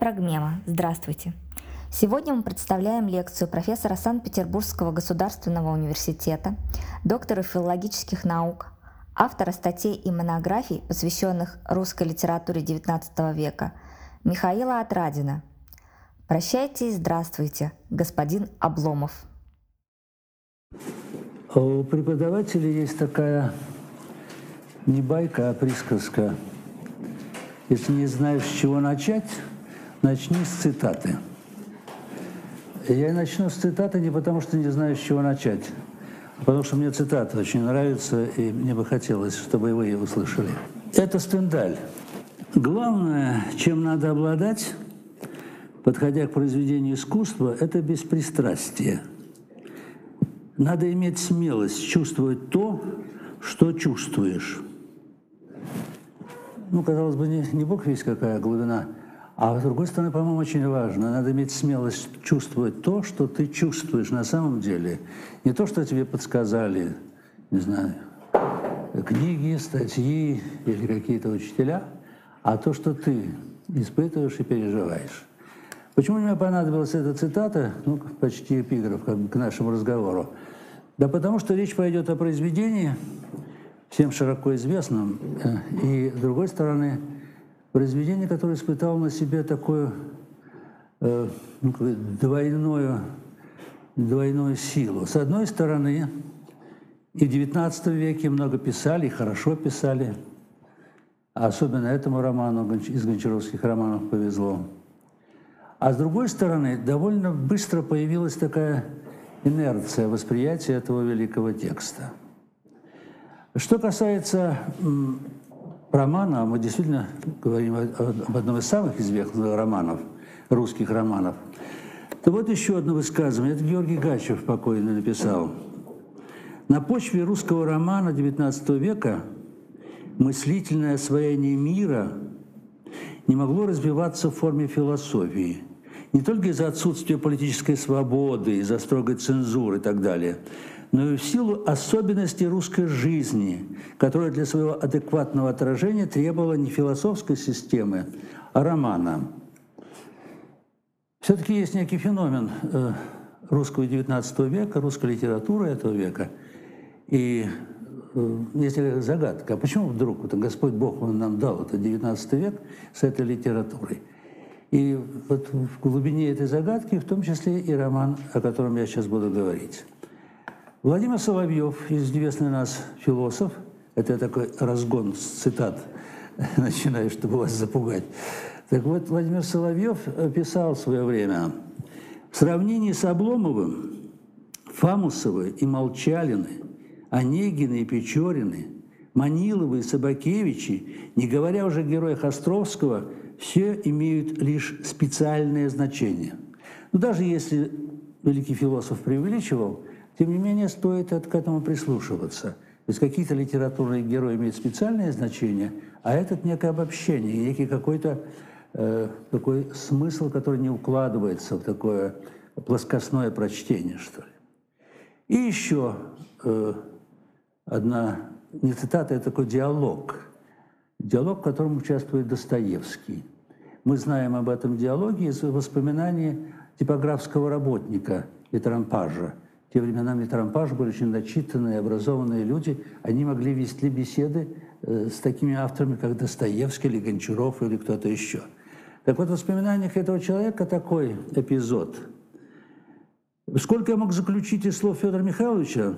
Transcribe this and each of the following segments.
Прогмема. Здравствуйте. Сегодня мы представляем лекцию профессора Санкт-Петербургского государственного университета, доктора филологических наук, автора статей и монографий, посвященных русской литературе XIX века, Михаила Отрадина. Прощайте и здравствуйте, господин Обломов. У преподавателей есть такая не байка, а присказка. Если не знаешь, с чего начать, начни с цитаты. Я начну с цитаты не потому, что не знаю, с чего начать, а потому что мне цитата очень нравится, и мне бы хотелось, чтобы и вы ее услышали. Это Стендаль. Главное, чем надо обладать, подходя к произведению искусства, это беспристрастие. Надо иметь смелость чувствовать то, что чувствуешь. Казалось бы, не бог весть какая глубина, а с другой стороны, по-моему, очень важно. Надо иметь смелость чувствовать то, что ты чувствуешь на самом деле. Не то, что тебе подсказали, не знаю, книги, статьи или какие-то учителя, а то, что ты испытываешь и переживаешь. Почему мне понадобилась эта цитата, почти эпиграф к нашему разговору? Да потому что речь пойдет о произведении, всем широко известном, и, с другой стороны, произведение, которое испытало на себе такую двойную силу. С одной стороны, и в XIX веке много писали, и хорошо писали, а особенно этому роману из гончаровских романов повезло. А с другой стороны, довольно быстро появилась такая инерция восприятия этого великого текста. Что касается романа, мы действительно говорим об одном из самых известных романов, русских романов, то вот еще одно высказывание. Это Георгий Гачев покойный написал. На почве русского романа XIX века мыслительное освоение мира не могло развиваться в форме философии. Не только из-за отсутствия политической свободы, из-за строгой цензуры и так далее, но и в силу особенностей русской жизни, которая для своего адекватного отражения требовала не философской системы, а романа. Все-таки есть некий феномен русского XIX века, русской литературы этого века. И есть загадка, а почему вдруг Господь Бог нам дал этот XIX век с этой литературой? И вот в глубине этой загадки в том числе и роман, о котором я сейчас буду говорить. Владимир Соловьев, известный у нас философ, это такой разгон цитат, начинаю, чтобы вас запугать. Так вот, Владимир Соловьев писал в свое время: в сравнении с Обломовым Фамусовы и Молчалины, Онегины и Печорины, Маниловы и Собакевичи, не говоря уже о героях Островского, все имеют лишь специальное значение. Но даже если великий философ преувеличивал, тем не менее, стоит к этому прислушиваться. То есть какие-то литературные герои имеют специальное значение, а этот некое обобщение, некий какой-то такой смысл, который не укладывается в такое плоскостное прочтение, что ли. И еще одна, не цитата, это такой диалог. Диалог, в котором участвует Достоевский. Мы знаем об этом диалоге из воспоминаний типографского работника Литрампажа. В те времена Литрампаж были очень начитанные, образованные люди. Они могли вести беседы с такими авторами, как Достоевский или Гончаров или кто-то еще. Так вот, в воспоминаниях этого человека такой эпизод. Сколько я мог заключить из слов Федора Михайловича,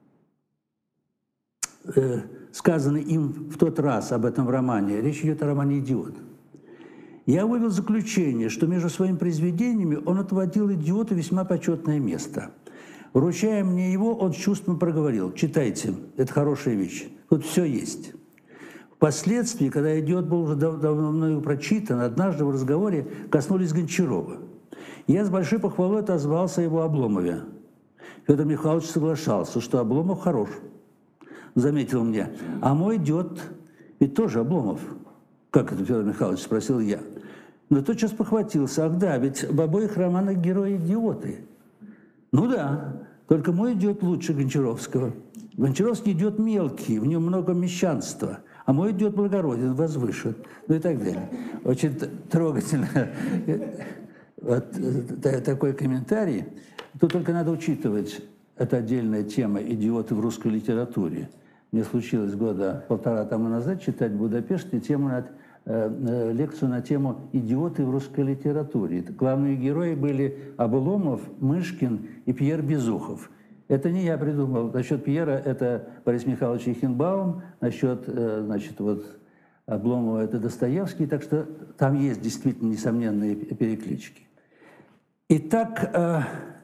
сказанный им в тот раз об этом романе, речь идет о романе «Идиот». Я вывел заключение, что между своими произведениями он отводил «Идиоту» весьма почетное место. Вручая мне его, он с чувством проговорил: «Читайте, это хорошая вещь, тут все есть». Впоследствии, когда «Идиот» был уже давно мною прочитан, однажды в разговоре коснулись Гончарова. Я с большой похвалой отозвался о его Обломове. Федор Михайлович соглашался, что Обломов хорош. Заметил мне: «А мой «Идиот» ведь тоже Обломов». «Как это, Федор Михайлович?» – спросил я. Но тотчас похватился: «Ах да, ведь в обоих романах герои идиоты». «Ну да, только мой «Идиот» лучше Гончаровского. Гончаровский «Идиот» мелкий, в нем много мещанства, а мой идет благороден, возвышен, ну и так далее. Очень трогательно. Вот такой комментарий. Тут только надо учитывать, это отдельная тема, идиоты в русской литературе. Мне случилось года полтора тому назад читать в Будапеште лекцию на тему «Идиоты в русской литературе». Главные герои были Обломов, Мышкин и Пьер Безухов. Это не я придумал. Насчет Пьера это Борис Михайлович Ихенбаум, насчет, значит, вот Обломова это Достоевский, так что там есть действительно несомненные переклички. Итак, в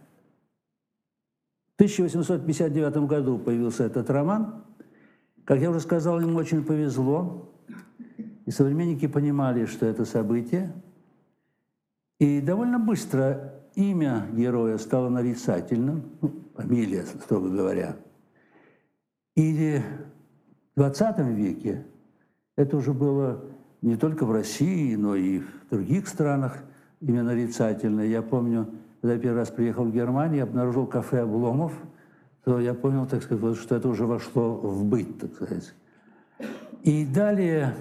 1859 году появился этот роман. Как я уже сказал, ему очень повезло. И современники понимали, что это событие. И довольно быстро имя героя стало нарицательным, фамилия, строго говоря. И в 20 веке это уже было не только в России, но и в других странах имя нарицательное. Я помню, когда я первый раз приехал в Германию, обнаружил кафе «Обломов», то я понял, так сказать, что это уже вошло в быт, так сказать. И далее,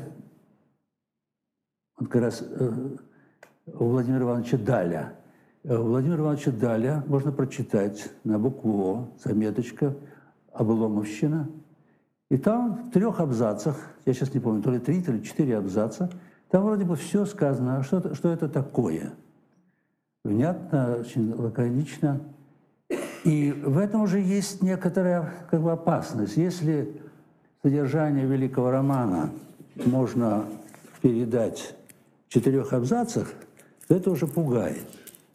вот как раз у Владимира Ивановича Даля. У Владимира Ивановича Даля можно прочитать на букву «О», заметочка «Обломовщина». И там в 3 абзацах, я сейчас не помню, то ли 3, то ли 4 абзаца, там вроде бы все сказано, что это такое. Внятно, очень лаконично. И в этом уже есть некоторая как бы опасность. Если содержание великого романа можно передать в 4 абзацах, то это уже пугает.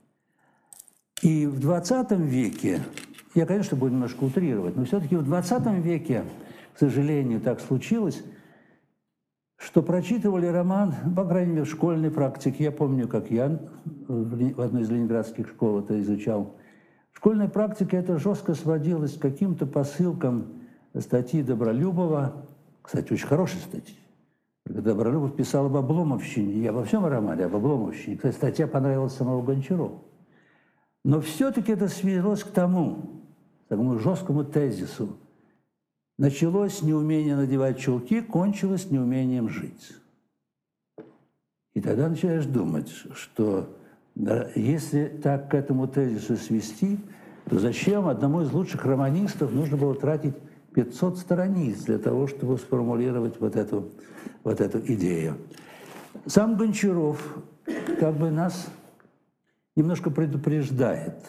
И в 20 веке, я, конечно, буду немножко утрировать, но все-таки в 20 веке, к сожалению, так случилось, что прочитывали роман, по крайней мере, в школьной практике. Я помню, как я в одной из ленинградских школ это изучал. В школьной практике это жестко сводилось к каким-то посылкам статьи Добролюбова. Кстати, очень хорошие статьи. Добролюбов писал об Обломовщине, не обо всем романе, об Обломовщине. Кстати, статья понравилась самому Гончарову. Но все-таки это свелось к такому жесткому тезису. Началось неумение надевать чулки, кончилось неумением жить. И тогда начинаешь думать, что если так к этому тезису свести, то зачем одному из лучших романистов нужно было тратить 500 страниц для того, чтобы сформулировать вот эту идею. Сам Гончаров как бы нас немножко предупреждает,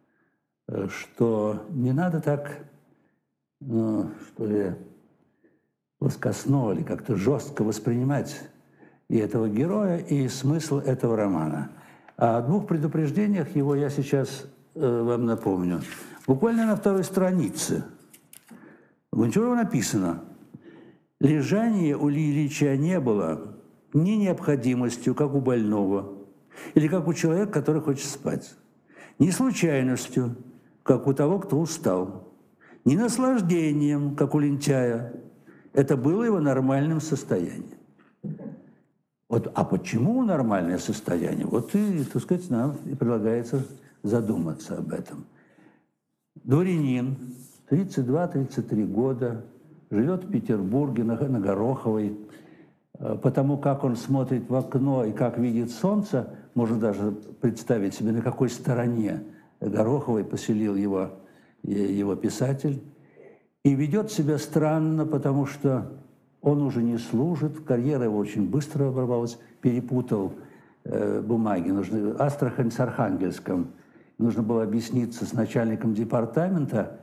что не надо так, что ли, плоскостно или как-то жестко воспринимать и этого героя, и смысл этого романа. О 2 предупреждениях его я сейчас вам напомню. Буквально на 2 странице у Гончарова написано: «Лежание у Ильича не было ни необходимостью, как у больного, или как у человека, который хочет спать, ни случайностью, как у того, кто устал, ни наслаждением, как у лентяя. Это было его нормальным состоянием». Вот, а почему нормальное состояние? Вот и, так сказать, нам и предлагается задуматься об этом. Дворянин, 32-33 года, живет в Петербурге на Гороховой. Потому как он смотрит в окно и как видит солнце, можно даже представить себе, на какой стороне Гороховой поселил его писатель. И ведет себя странно, потому что он уже не служит, карьера его очень быстро оборвалась, перепутал бумаги. Астрахань с Архангельском. Нужно было объясниться с начальником департамента.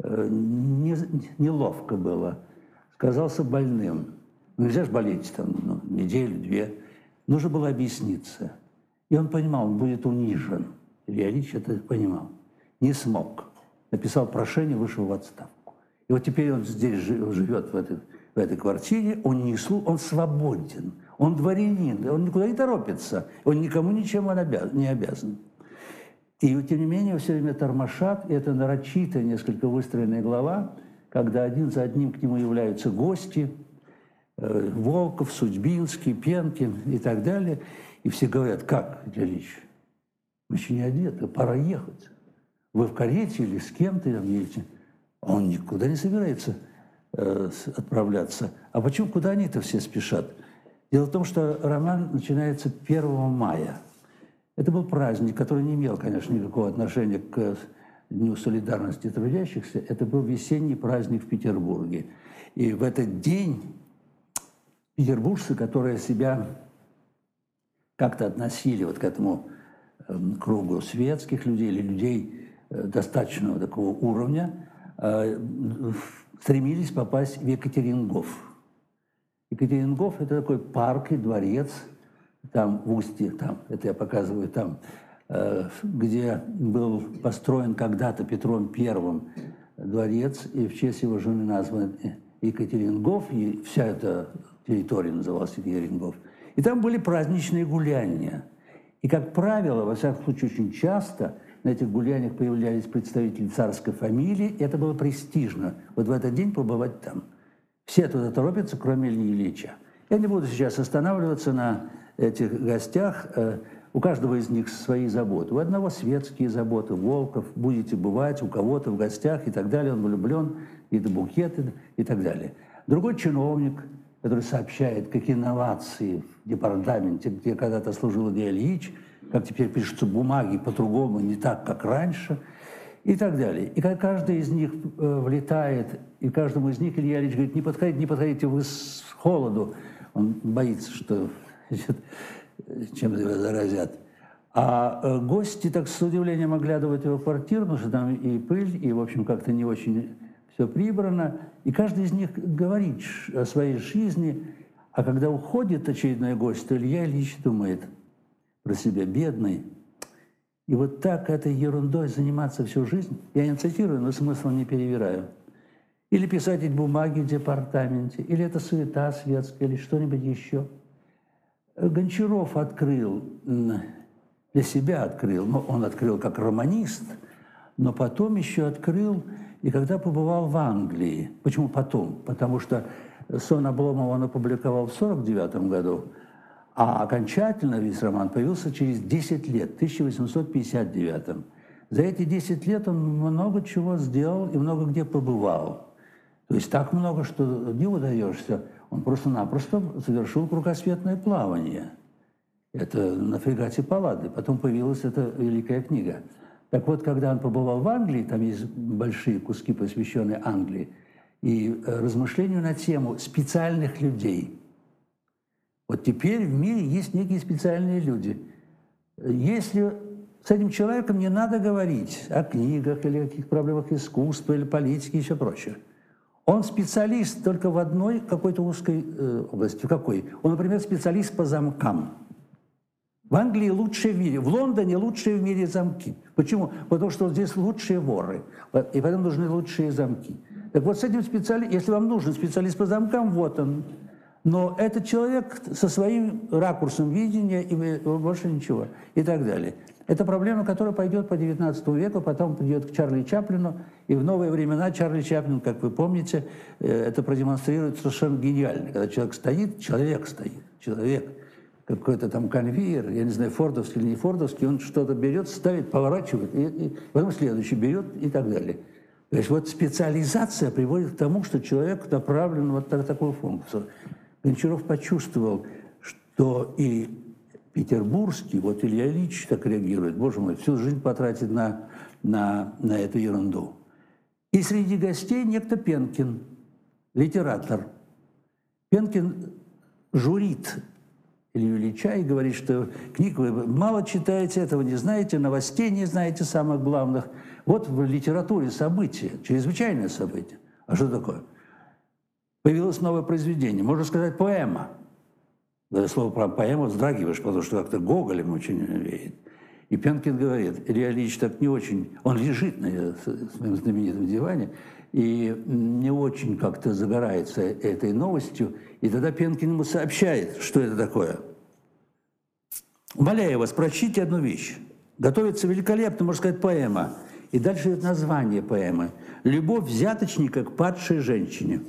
Неловко было. Сказался больным. Нельзя же болеть там неделю-2. Нужно было объясниться. И он понимал, он будет унижен. Илья Ильич это понимал. Не смог. Написал прошение, вышел в отставку. И вот теперь он здесь живет, в этой квартире, он свободен, он дворянин, он никуда не торопится, он никому ничем не обязан. И тем не менее все время тормошат, и это нарочитая, несколько выстроенная глава, когда один за одним к нему являются гости, Волков, Судьбинский, Пенкин и так далее. И все говорят: как, Илья Ильич, вы еще не одеты, пора ехать. Вы в карете или с кем-то там едете? Он никуда не собирается. отправляться. А почему, куда они-то все спешат? Дело в том, что роман начинается 1 мая. Это был праздник, который не имел, конечно, никакого отношения к Дню солидарности трудящихся. Это был весенний праздник в Петербурге. И в этот день петербуржцы, которые себя как-то относили вот к этому кругу светских людей или людей достаточного такого уровня, стремились попасть в Екатерингоф. Екатерингоф – это такой парк и дворец, там в устье, там, это я показываю, там, где был построен когда-то Петром I дворец, и в честь его жены назван Екатерингоф, и вся эта территория называлась Екатерингоф. И там были праздничные гуляния. И, как правило, во всяком случае, очень часто на этих гуляниях появлялись представители царской фамилии, и это было престижно. Вот в этот день побывать там. Все туда торопятся, кроме Ильи Ильича. Я не буду сейчас останавливаться на этих гостях. У каждого из них свои заботы. У одного светские заботы, Волков, будете бывать у кого-то в гостях и так далее, он влюблен, какие-то букеты и так далее. Другой чиновник, который сообщает, какие инновации в департаменте, где когда-то служил Илья Ильич, как теперь пишутся бумаги по-другому, не так, как раньше, и так далее. И как каждый из них влетает, и каждому из них Илья Ильич говорит: не подходите, вы с холоду. Он боится, что чем-то его заразят. А гости так с удивлением оглядывают его квартиру, потому что там и пыль, и, в общем, как-то не очень все прибрано. И каждый из них говорит о своей жизни. А когда уходит очередной гость, то Илья Ильич думает про себя: бедный. И вот так этой ерундой заниматься всю жизнь, я не цитирую, но смысл не перевираю. Или писать эти бумаги в департаменте, или это суета светская, или что-нибудь еще. Гончаров открыл, для себя открыл, но он открыл как романист, но потом еще открыл, и когда побывал в Англии. Почему потом? Потому что «Сон Обломова» он опубликовал в 1949 году, а окончательно весь роман появился через 10 лет, в 1859. За эти 10 лет он много чего сделал и много где побывал. То есть так много, что не удаешься. Он просто-напросто совершил кругосветное плавание. Это на фрегате Паллады. Потом появилась эта великая книга. Так вот, когда он побывал в Англии, там есть большие куски, посвященные Англии, и размышлению на тему специальных людей. Вот теперь в мире есть некие специальные люди. Если с этим человеком не надо говорить о книгах или о каких проблемах искусства или политики и все прочее. Он специалист только в одной какой-то узкой области. В какой? Он, например, специалист по замкам. В Англии лучшие в мире, в Лондоне лучшие в мире замки. Почему? Потому что здесь лучшие воры, и поэтому нужны лучшие замки. Так вот, с этим специалистом, если вам нужен специалист по замкам, вот он. Но этот человек со своим ракурсом видения и больше ничего, и так далее. Это проблема, которая пойдет по XIX веку, потом придет к Чарли Чаплину, и в новые времена Чарли Чаплин, как вы помните, это продемонстрирует совершенно гениально. Когда человек стоит, какой-то там конвейер, я не знаю, фордовский или не фордовский, он что-то берет, ставит, поворачивает, и потом следующий берет и так далее. То есть вот специализация приводит к тому, что человек направлен вот на такую функцию. Гончаров почувствовал, что и петербургский, вот Илья Ильич так реагирует, боже мой, всю жизнь потратит на эту ерунду. И среди гостей некто Пенкин, литератор. Пенкин журит Илью Ильича и говорит, что книг вы мало читаете, этого не знаете, новостей не знаете самых главных. Вот в литературе событие, чрезвычайное событие. А что такое? Появилось новое произведение, можно сказать, поэма. Когда слово про поэму вздрагиваешь, потому что как-то Гоголем очень веет. И Пенкин говорит: Илья Ильич так не очень, он лежит на своем знаменитом диване, и не очень как-то загорается этой новостью. И тогда Пенкин ему сообщает, что это такое. Умоляю вас, прочтите одну вещь. Готовится великолепно, можно сказать, поэма. И дальше идет название поэмы. «Любовь взяточника к падшей женщине».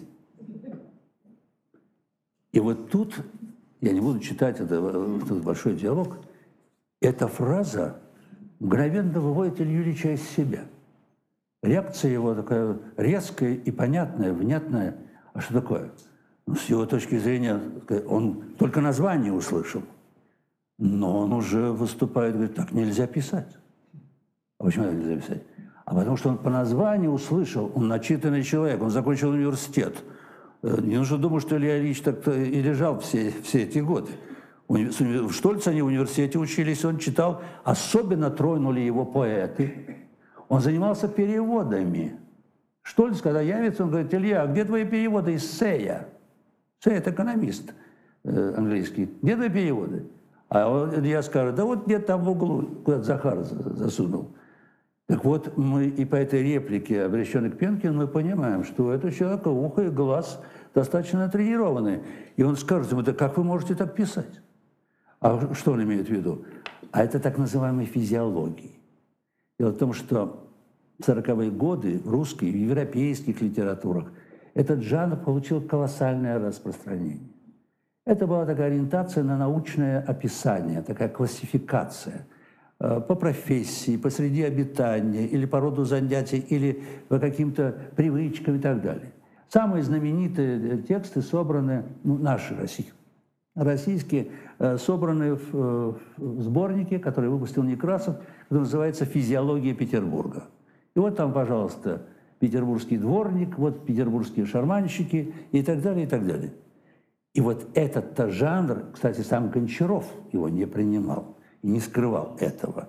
И вот тут, я не буду читать, тут большой диалог, эта фраза мгновенно выводит Илью Ильича из себя. Реакция его такая резкая и понятная, внятная, А что такое? Ну, с его точки зрения, он только название услышал, но он уже выступает, говорит, так нельзя писать. А почему так нельзя писать? А потому что он по названию услышал, он начитанный человек, он закончил университет. Не нужно думать, что Илья Ильич так-то и лежал все эти годы. В Штольце они в университете учились, он читал, особенно тронули его поэты. Он занимался переводами. Штольц, когда явится, он говорит, Илья, а где твои переводы из Сея? Сей – это экономист английский. Где твои переводы? А Илья скажет, да вот где-то там в углу, куда-то Захар засунул. Так вот, мы и по этой реплике, обращенной к Пенкину, мы понимаем, что у этого человека ухо и глаз достаточно тренированы. И он скажет ему, да как вы можете так писать? А что он имеет в виду? А это так называемая физиология. Дело в том, что в 40-е годы в русской и европейских литературах этот жанр получил колоссальное распространение. Это была такая ориентация на научное описание, такая классификация по профессии, по среде обитания, или по роду занятий, или по каким-то привычкам и так далее. Самые знаменитые тексты собраны, наши российские, собраны в сборнике, который выпустил Некрасов, который называется «Физиология Петербурга». И вот там, пожалуйста, петербургский дворник, вот петербургские шарманщики и так далее, и так далее. И вот этот-то жанр, кстати, сам Гончаров его не принимал и не скрывал этого.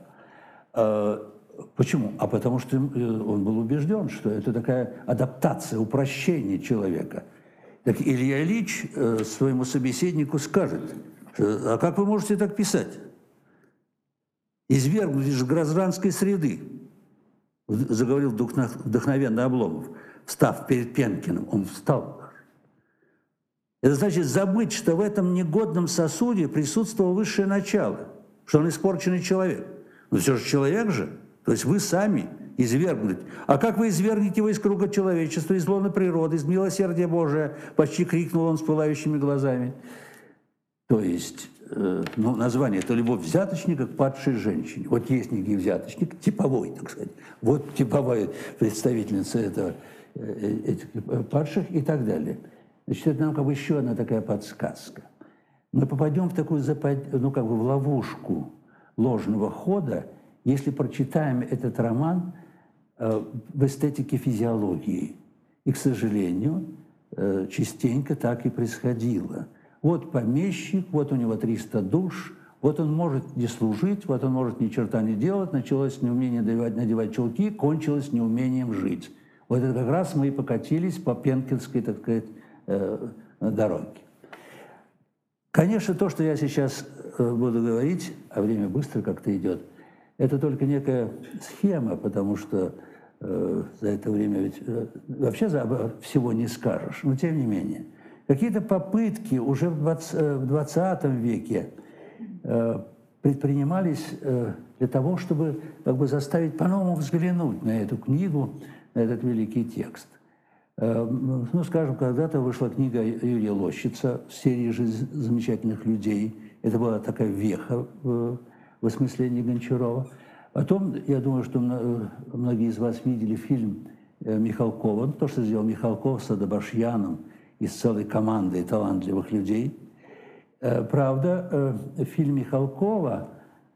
Почему? А потому что он был убежден, что это такая адаптация, упрощение человека. Так Илья Ильич своему собеседнику скажет, а как вы можете так писать? Извергнуть из гражданской среды, заговорил вдохновенно Обломов, встав перед Пенкиным. Он встал. Это значит забыть, что в этом негодном сосуде присутствовало высшее начало, что он испорченный человек. Но все же человек же, то есть вы сами извергнуть. А как вы извергнете его из круга человечества, из лона природы, из милосердия Божия? Почти крикнул он с пылающими глазами. То есть, название – это «Любовь взяточника к падшей женщине». Вот есть некий взяточник, типовой, так сказать. Вот типовая представительница этих падших и так далее. Значит, это нам как бы еще одна такая подсказка. Мы попадем в такую в ловушку ложного хода, если прочитаем этот роман в эстетике физиологии. И, к сожалению, частенько так и происходило. Вот помещик, вот у него 300 душ, вот он может не служить, вот он может ни черта не делать, началось неумение надевать чулки, кончилось неумением жить. Вот это как раз мы и покатились по пенкинской, так сказать, дороге. Конечно, то, что я сейчас буду говорить, а время быстро как-то идет, это только некая схема, потому что за это время ведь вообще всего не скажешь, но тем не менее. Какие-то попытки уже в 20 веке предпринимались для того, чтобы как бы заставить по-новому взглянуть на эту книгу, на этот великий текст. Ну, скажем, когда-то вышла книга Юрия Лощица в серии «Жизнь замечательных людей». Это была такая веха в осмыслении Гончарова. Потом, я думаю, что многие из вас видели фильм Михалкова, то, что сделал Михалков с Адабашьяном и с целой командой талантливых людей. Правда, фильм Михалкова,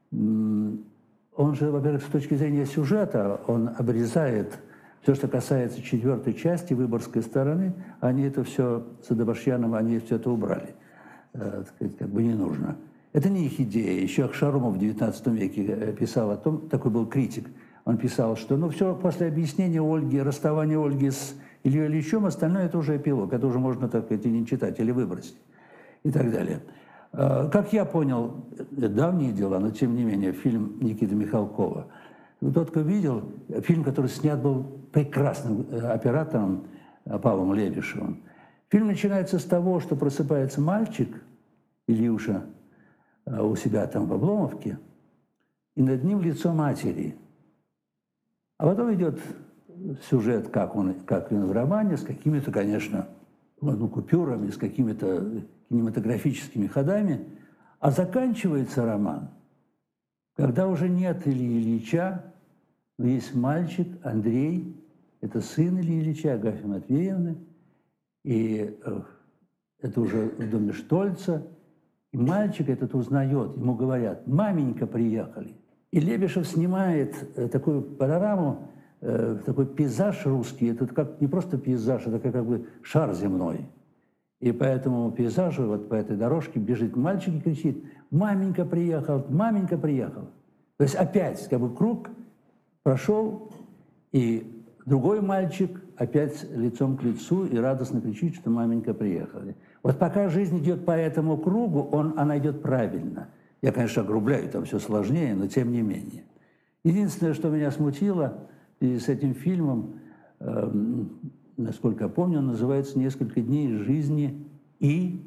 он же, во-первых, с точки зрения сюжета, он обрезает все, что касается 4-й части Выборгской стороны, они это все с Адабашьяном, они все это убрали. Как бы не нужно. Это не их идея. Еще Ахшарумов в XIX веке писал о том, такой был критик, он писал, что все после объяснения Ольги, расставания Ольги с Ильей Ильичем, остальное это уже эпилог, это уже можно, так сказать, и не читать, или выбросить, и так далее. Как я понял, давние дела, но тем не менее, фильм Никиты Михалкова, тот, кто видел, фильм, который снят был прекрасным оператором Павлом Лебешевым. Фильм начинается с того, что просыпается мальчик, Ильюша, у себя там в Обломовке, и над ним лицо матери. А потом идет сюжет, как он в романе, с какими-то, конечно, купюрами, с какими-то кинематографическими ходами, а заканчивается роман, когда уже нет Ильи Ильича, но есть мальчик Андрей, это сын Ильи Ильича, Агафьи Матвеевны, И это уже в доме Штольца. И мальчик этот узнает, ему говорят: «Маменька, приехали». И Лебешев снимает такую панораму, такой пейзаж русский. Это как не просто пейзаж, это как бы шар земной. И по этому пейзажу, вот по этой дорожке бежит мальчик и кричит: «Маменька приехал, маменька приехал». То есть опять как бы круг прошел, и другой мальчик опять лицом к лицу и радостно кричит, что маменька приехали. Вот пока жизнь идет по этому кругу, она идет правильно. Я, конечно, огрубляю, там все сложнее, но тем не менее. Единственное, что меня смутило с этим фильмом, насколько я помню, он называется «Несколько дней жизни И.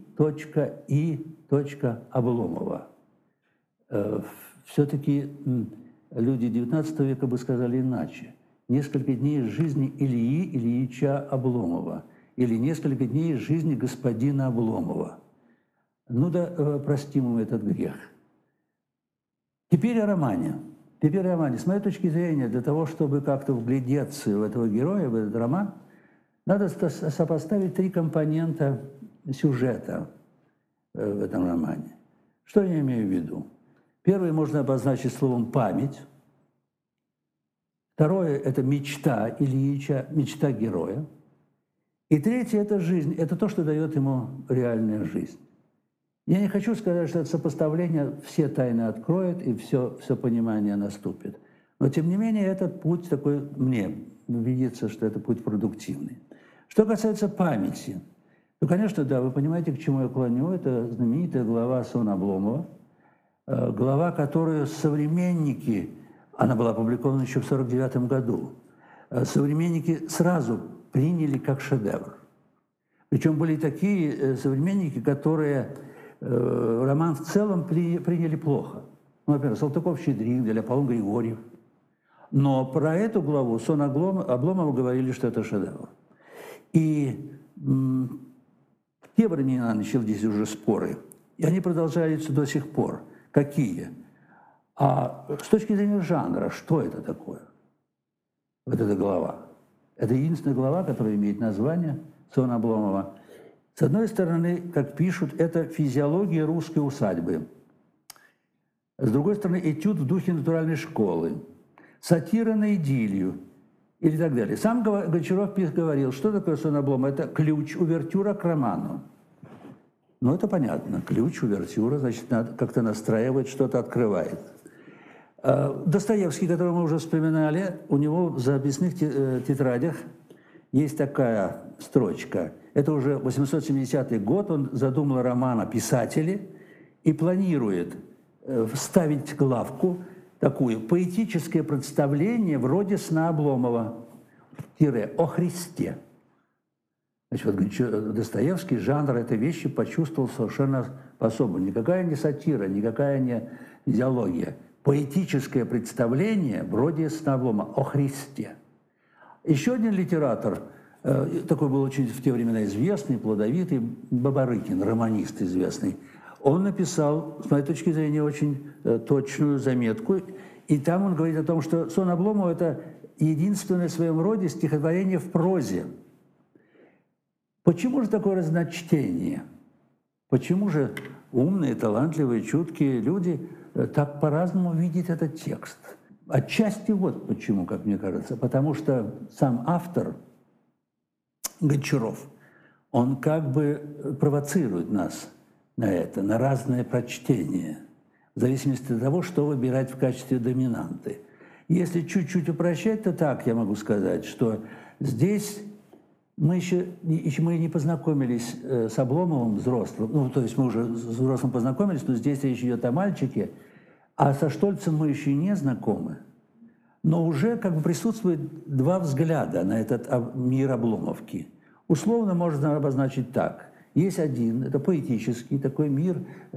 Обломова». Все-таки люди XIX века бы сказали иначе. «Несколько дней жизни Ильи Ильича Обломова» или «Несколько дней жизни господина Обломова». Ну да, простим ему этот грех. Теперь о романе. С моей точки зрения, для того, чтобы как-то вглядеться в этого героя, в этот роман, надо сопоставить три компонента сюжета в этом романе. Что я имею в виду? Первый можно обозначить словом «память». Второе – это мечта Ильича, мечта героя. И третье – это жизнь, это то, что дает ему реальная жизнь. Я не хочу сказать, что это сопоставление все тайны откроет и все понимание наступит. Но, тем не менее, этот путь такой, мне видится, что это путь продуктивный. Что касается памяти, то, конечно, да, вы понимаете, к чему я клоню. Это знаменитая глава «Сон Обломова», глава, которую современники, она была опубликована еще в 1949 году, современники сразу приняли как шедевр. Причем были такие современники, которые роман в целом приняли плохо. Ну, например, Салтыков-Щедрин или Аполлон Григорьев. Но про эту главу «Сон Обломова» говорили, что это шедевр. И в те времена начались уже споры, и они продолжаются до сих пор. Какие? А с точки зрения жанра, что это такое? Вот эта глава. Это единственная глава, которая имеет название «Сон Обломова». С одной стороны, как пишут, это физиология русской усадьбы. С другой стороны, этюд в духе натуральной школы, сатира на идиллию и так далее. Сам Гончаров говорил, что такое «Сон Обломова»? Это ключ, увертюра к роману. Ну, это понятно. Ключ, увертюра, значит, как-то настраивает, что-то открывает. Достоевский, которого мы уже вспоминали, у него в записных тетрадях есть такая строчка. Это уже 870 год, он задумал роман о писателе и планирует вставить главку такую: поэтическое представление вроде «Сна Обломова» о Христе. Значит, вот Достоевский жанр этой вещи почувствовал совершенно по-особому. Никакая не сатира, никакая не идеология. Поэтическое представление вроде «Сна Обломова» о Христе. Еще один литератор, такой был очень в те времена известный, плодовитый, Бабарыкин, романист известный. Он написал, с моей точки зрения, очень точную заметку. И там он говорит о том, что «Сон Обломова» – это единственное в своем роде стихотворение в прозе. Почему же такое разночтение? Почему же умные, талантливые, чуткие люди так по-разному видят этот текст? Отчасти вот почему, как мне кажется. Потому что сам автор, Гончаров, он как бы провоцирует нас на это, на разное прочтение, в зависимости от того, что выбирать в качестве доминанты. Если чуть-чуть упрощать, то так я могу сказать, что здесь мы не познакомились с Обломовым взрослым, ну, то есть мы уже с взрослым познакомились, но здесь речь идет о мальчике, а со Штольцем мы еще и не знакомы. Но уже как бы присутствует два взгляда на этот мир Обломовки. Условно можно обозначить так. Есть один, это поэтический такой мир,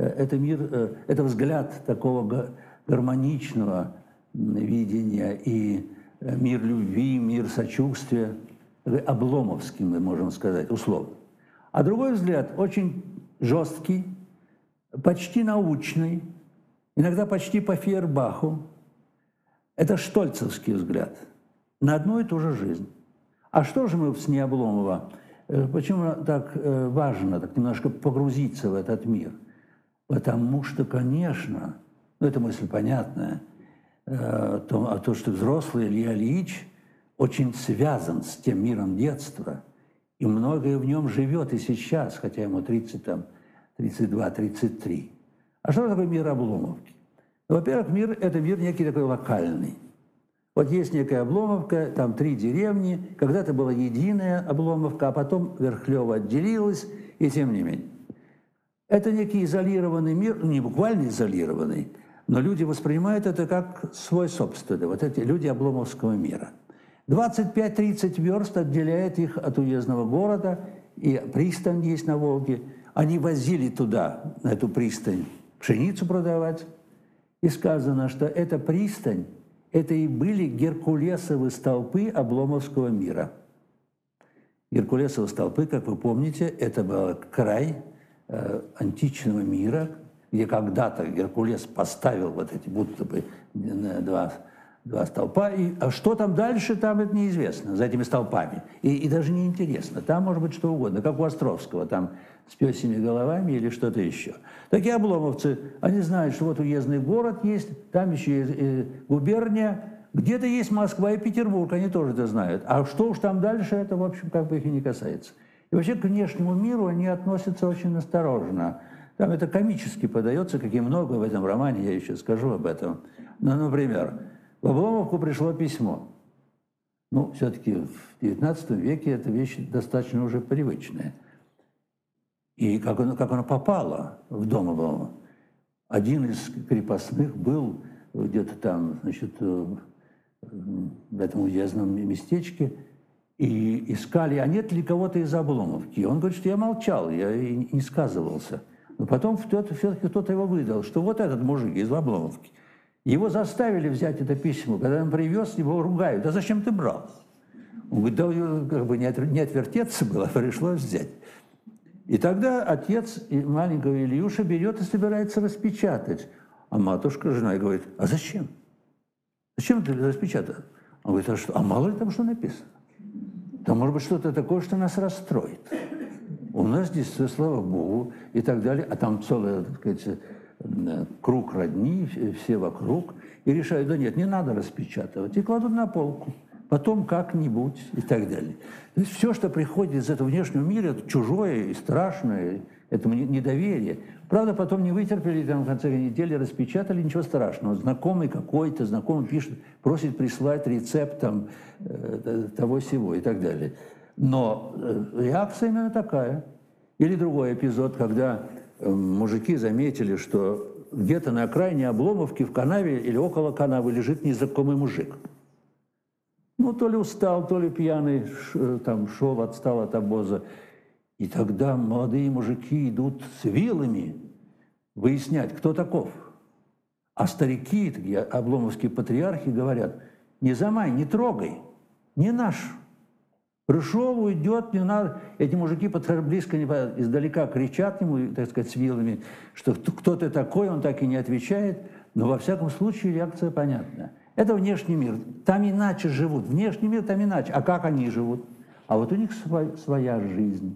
это взгляд такого гармоничного видения и мир любви, мир сочувствия, обломовский, мы можем сказать, условно. А другой взгляд очень жесткий, почти научный, иногда почти по Фейербаху. Это штольцевский взгляд на одну и ту же жизнь. А что же мы в «Сне Обломова» Почему так важно так немножко погрузиться в этот мир? Потому что, конечно, ну, эта мысль понятная, то, что взрослый Илья Ильич очень связан с тем миром детства, и многое в нем живет и сейчас, хотя ему 30, там, 32, 33. А что такое мир Обломовки? Ну, во-первых, мир – это мир некий такой локальный. Вот есть некая Обломовка, там 3 деревни, когда-то была единая Обломовка, а потом Верхлёво отделилась, и тем не менее. Это некий изолированный мир, не буквально изолированный, но люди воспринимают это как свой собственный, вот эти люди Обломовского мира. 25-30 верст отделяет их от уездного города, и пристань есть на Волге. Они возили туда, на эту пристань, пшеницу продавать, и сказано, что эта пристань, это и были Геркулесовы столпы Обломовского мира. Геркулесовы столпы, как вы помните, это был край античного мира, где когда-то Геркулес поставил вот эти будто бы два столпа. А что там дальше, там это неизвестно, за этими столпами. И даже не интересно. Там может быть что угодно, как у Островского, там с пёсьими головами или что-то еще. Такие обломовцы, они знают, что вот уездный город есть, там еще и губерния, где-то есть Москва и Петербург, они тоже это знают. А что уж там дальше, это, в общем, как бы их и не касается. И вообще к внешнему миру они относятся очень осторожно. Там это комически подается, как и много в этом романе, я еще скажу об этом. Ну, например, в Обломовку пришло письмо. Ну, все-таки в XIX веке эта вещь достаточно уже привычная. И как оно попало в дом Обломова. Один из крепостных был где-то там, значит, в этом уездном местечке, и искали, а нет ли кого-то из Обломовки. И он говорит, что я молчал, я и не сказывался. Но потом все-таки кто-то его выдал, что вот этот мужик из Обломовки. Его заставили взять это письмо. Когда он привез, его ругают. Да зачем ты брал? Он говорит, да как бы не отвертеться было, пришлось взять. И тогда отец маленького Ильюша берет и собирается распечатать. А матушка, жена, говорит, а зачем? Зачем ты распечатал? Он говорит, а что? А мало ли там что написано? Там может быть что-то такое, что нас расстроит. У нас здесь все, слава Богу, и так далее. А там целый, так сказать, круг родни, все вокруг. И решают, да нет, не надо распечатывать. И кладут на полку. Потом как-нибудь и так далее. То есть все, что приходит из этого внешнего мира, это чужое и страшное, это недоверие. Правда, потом не вытерпели, там в конце недели распечатали, ничего страшного. Знакомый какой-то, знакомый пишет, просит прислать рецепт там, того-сего и так далее. Но реакция именно такая. Или другой эпизод, когда мужики заметили, что где-то на окраине Обломовки в канаве или около канавы лежит незнакомый мужик. Ну, то ли устал, то ли пьяный, там шел, отстал от обоза. И тогда молодые мужики идут с вилами выяснять, кто таков. А старики, такие обломовские патриархи, говорят, не замай, не трогай, не наш. Пришел, уйдет, не надо. Эти мужики близко, издалека кричат ему, так сказать, с вилами, что кто ты такой, он так и не отвечает. Но во всяком случае реакция понятна. Это внешний мир. Там иначе живут. Внешний мир там иначе. А как они живут? А вот у них своя жизнь.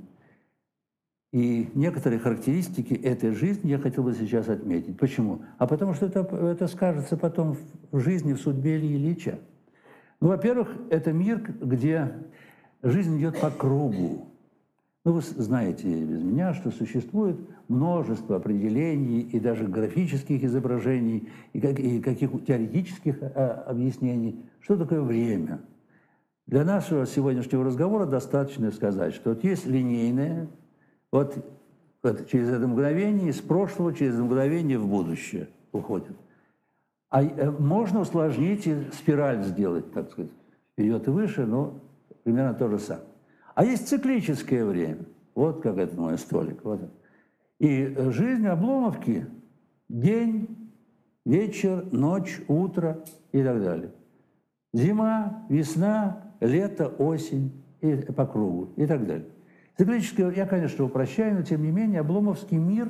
И некоторые характеристики этой жизни я хотел бы сейчас отметить. Почему? А потому что это скажется потом в жизни, в судьбе Ильи Ильича. Ну, во-первых, это мир, где жизнь идет по кругу. Ну, вы знаете без меня, что существует множество определений и даже графических изображений, и каких теоретических объяснений, что такое время. Для нашего сегодняшнего разговора достаточно сказать, что вот есть линейное, вот через это мгновение из прошлого, через мгновение в будущее уходит. А можно усложнить и спираль сделать, так сказать, вперед и выше, но примерно то же самое. А есть циклическое время. Вот как это мой столик. Вот. И жизнь Обломовки – день, вечер, ночь, утро и так далее. Зима, весна, лето, осень и по кругу и так далее. Циклическое, я, конечно, упрощаю, но тем не менее Обломовский мир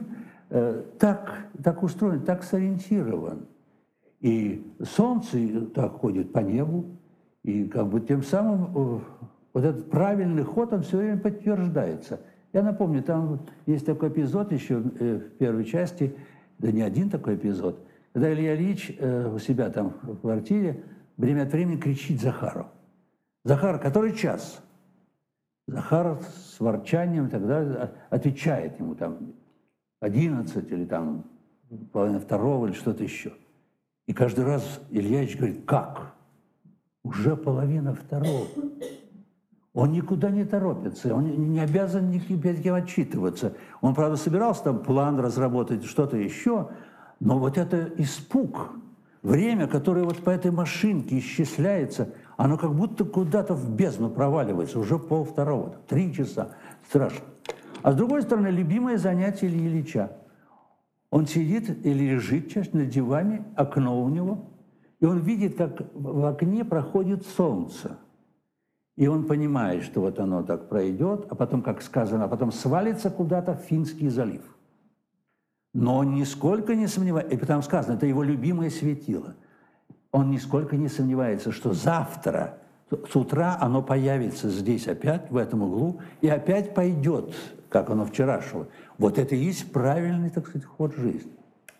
так устроен, так сориентирован. И солнце так ходит по небу, и как бы тем самым Вот этот правильный ход, он все время подтверждается. Я напомню, там есть такой эпизод еще в первой части, да не один такой эпизод, когда Илья Ильич у себя там в квартире время от времени кричит Захару. Захар, который час? Захар с ворчанием тогда отвечает ему там 11 или там половина второго или что-то еще. И каждый раз Илья Ильич говорит, как? Уже половина второго. Он никуда не торопится, он не обязан перед кем отчитываться. Он, правда, собирался там план разработать, что-то еще, но вот это испуг, время, которое вот по этой машинке исчисляется, оно как будто куда-то в бездну проваливается, уже 1:30, 3 часа, страшно. А с другой стороны, любимое занятие Ильи Ильича. Он сидит или лежит чаще на диване, окно у него, и он видит, как в окне проходит солнце. И он понимает, что вот оно так пройдет, а потом, как сказано, а потом свалится куда-то в Финский залив. Но он нисколько не сомневается, и там сказано, это его любимое светило. Он нисколько не сомневается, что завтра с утра оно появится здесь опять, в этом углу, и опять пойдет, как оно вчера шло. Вот это и есть правильный, так сказать, ход жизни.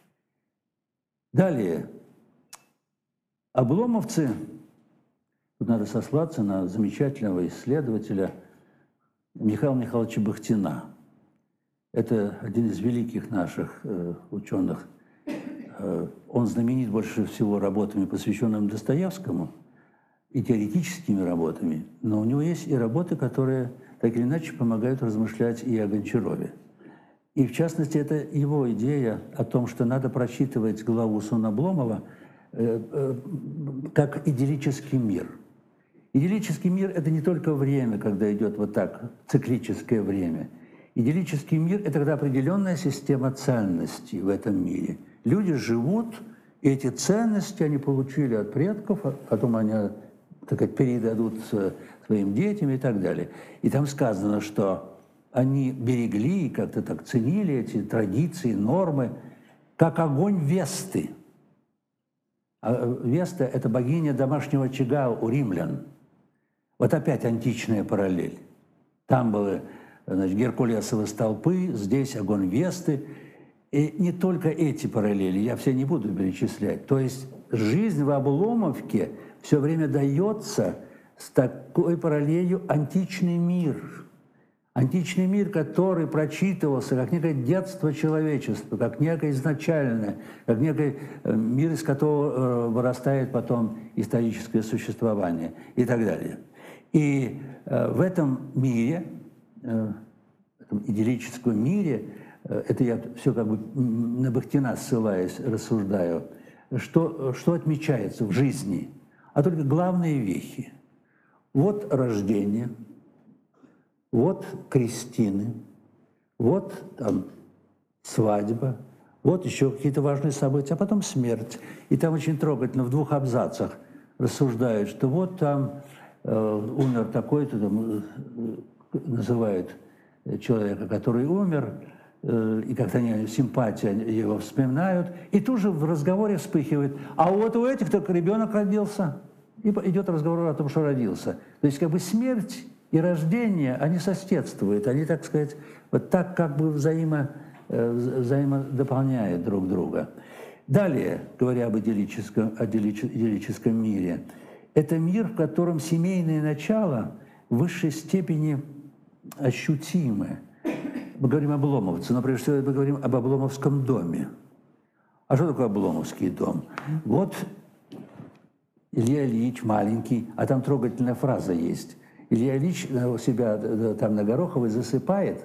Далее. Обломовцы, тут надо сослаться на замечательного исследователя Михаила Михайловича Бахтина. Это один из великих наших ученых. Он знаменит больше всего работами, посвященными Достоевскому, и теоретическими работами, но у него есть и работы, которые так или иначе помогают размышлять и о Гончарове. И в частности, это его идея о том, что надо прочитывать главу сон Обломова как идиллический мир. Идиллический мир – это не только время, когда идет вот так, циклическое время. Идиллический мир – это когда определенная система ценностей в этом мире. Люди живут, и эти ценности они получили от предков, потом они, так сказать, передадут своим детям и так далее. И там сказано, что они берегли, как-то так ценили эти традиции, нормы, как огонь Весты. А Веста – это богиня домашнего очага у римлян. Вот опять античная параллель. Там были, значит, Геркулесовы столпы, здесь огонь Весты. И не только эти параллели, я все не буду перечислять. То есть жизнь в Обломовке все время дается с такой параллелью античный мир. Античный мир, который прочитывался как некое детство человечества, как некое изначальное, как некий мир, из которого вырастает потом историческое существование и так далее. И в этом мире, в этом идиллическом мире, это я все как бы на Бахтина ссылаясь, рассуждаю, что отмечается в жизни, а только главные вехи. Вот рождение, вот крестины, вот там свадьба, вот еще какие-то важные события, а потом смерть. И там очень трогательно в 2 абзацах рассуждают, что вот там умер такой-то, там, называют человека, который умер, и как-то они симпатия его вспоминают, и тут же в разговоре вспыхивает, а вот у этих только ребенок родился, и идет разговор о том, что родился. То есть как бы смерть и рождение, они соседствуют, они, так сказать, вот так как бы взаимодополняют друг друга. Далее, говоря об идиллическом мире, это мир, в котором семейное начало в высшей степени ощутимы. Мы говорим об Обломовце, но прежде всего мы говорим об Обломовском доме. А что такое Обломовский дом? Вот Илья Ильич маленький, а там трогательная фраза есть. Илья Ильич у себя там на Гороховой засыпает.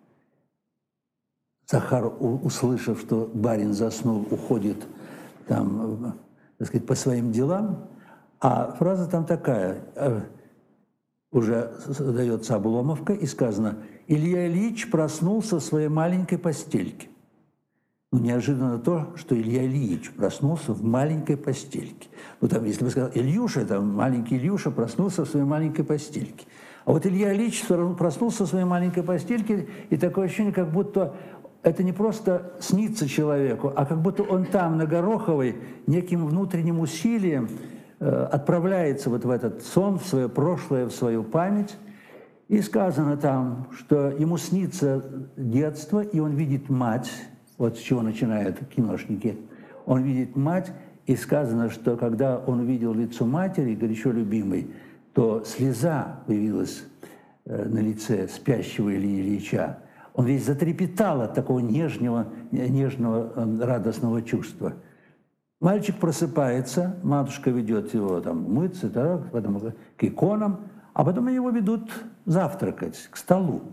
Захар, услышав, что барин заснул, уходит там, так сказать, по своим делам. А фраза там такая, уже дается Обломовка, и сказано: «Илья Ильич проснулся в своей маленькой постельке». Ну, неожиданно то, что Илья Ильич проснулся в маленькой постельке. Ну, там, если бы сказал Ильюша, там, маленький Ильюша проснулся в своей маленькой постельке. А вот Илья Ильич проснулся в своей маленькой постельке, и такое ощущение, как будто это не просто снится человеку, а как будто он там, на Гороховой, неким внутренним усилием отправляется вот в этот сон, в свое прошлое, в свою память, И сказано там, что ему снится детство, и он видит мать, вот с чего начинают киношники. Он видит мать, и сказано, что когда он увидел лицо матери, горячо любимой, то слеза появилась на лице спящего Ильи Ильича. Он весь затрепетал от такого нежного, радостного чувства. Мальчик просыпается, матушка ведет его там мыться, так, потом к иконам, а потом его ведут завтракать к столу.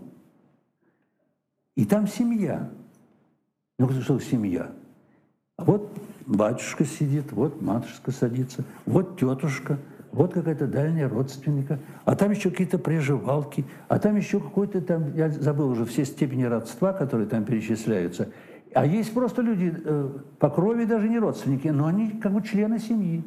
И там семья. Ну, что семья? А вот батюшка сидит, вот матушка садится, вот тетушка, вот какая-то дальняя родственника, а там еще какие-то приживалки, а там еще какой-то там, я забыл уже все степени родства, которые там перечисляются. А есть просто люди по крови, даже не родственники, но они как бы члены семьи.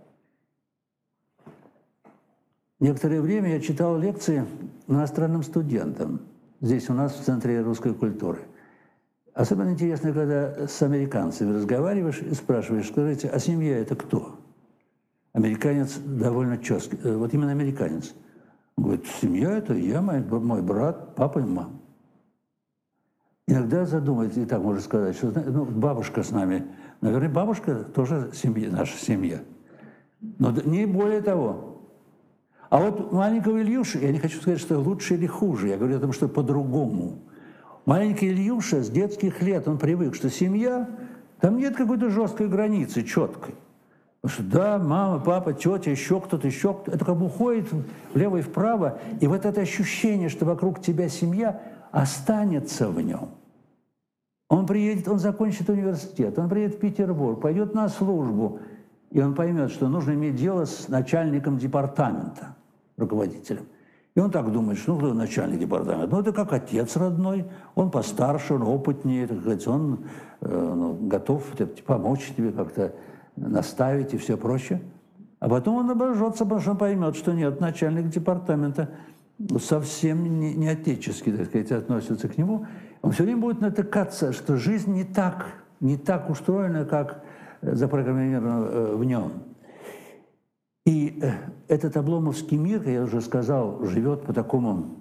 Некоторое время я читал лекции иностранным студентам здесь у нас в Центре русской культуры. Особенно интересно, когда с американцами разговариваешь и спрашиваешь, скажите, а семья – это кто? Американец довольно четкий, вот именно американец. Он говорит, семья – это я, мой брат, папа и мама. Иногда задумается, и так можно сказать, что ну, бабушка с нами. Наверное, бабушка тоже семья, наша семья. Но не более того. А вот маленького Ильюша, я не хочу сказать, что лучше или хуже, я говорю о том, что по-другому. Маленький Ильюша с детских лет, он привык, что семья, там нет какой-то жесткой границы, четкой. Потому что да, мама, папа, тетя, еще кто-то, это как бы уходит влево и вправо, и вот это ощущение, что вокруг тебя семья, останется в нем. Он приедет, он закончит университет, он приедет в Петербург, пойдет на службу, и он поймет, что нужно иметь дело с начальником департамента, руководителем. И он так думает, что ну, кто начальник департамента? Ну, это как отец родной, он постарше, он опытнее, так сказать, он готов помочь тебе как-то, наставить и все прочее. А потом он обожжется, потому что он поймет, что нет, начальник департамента совсем не отечески, так сказать, относится к нему. Он все время будет натыкаться, что жизнь не так устроена, как запрограммирована в нем. И этот обломовский мир, как я уже сказал, живет по такому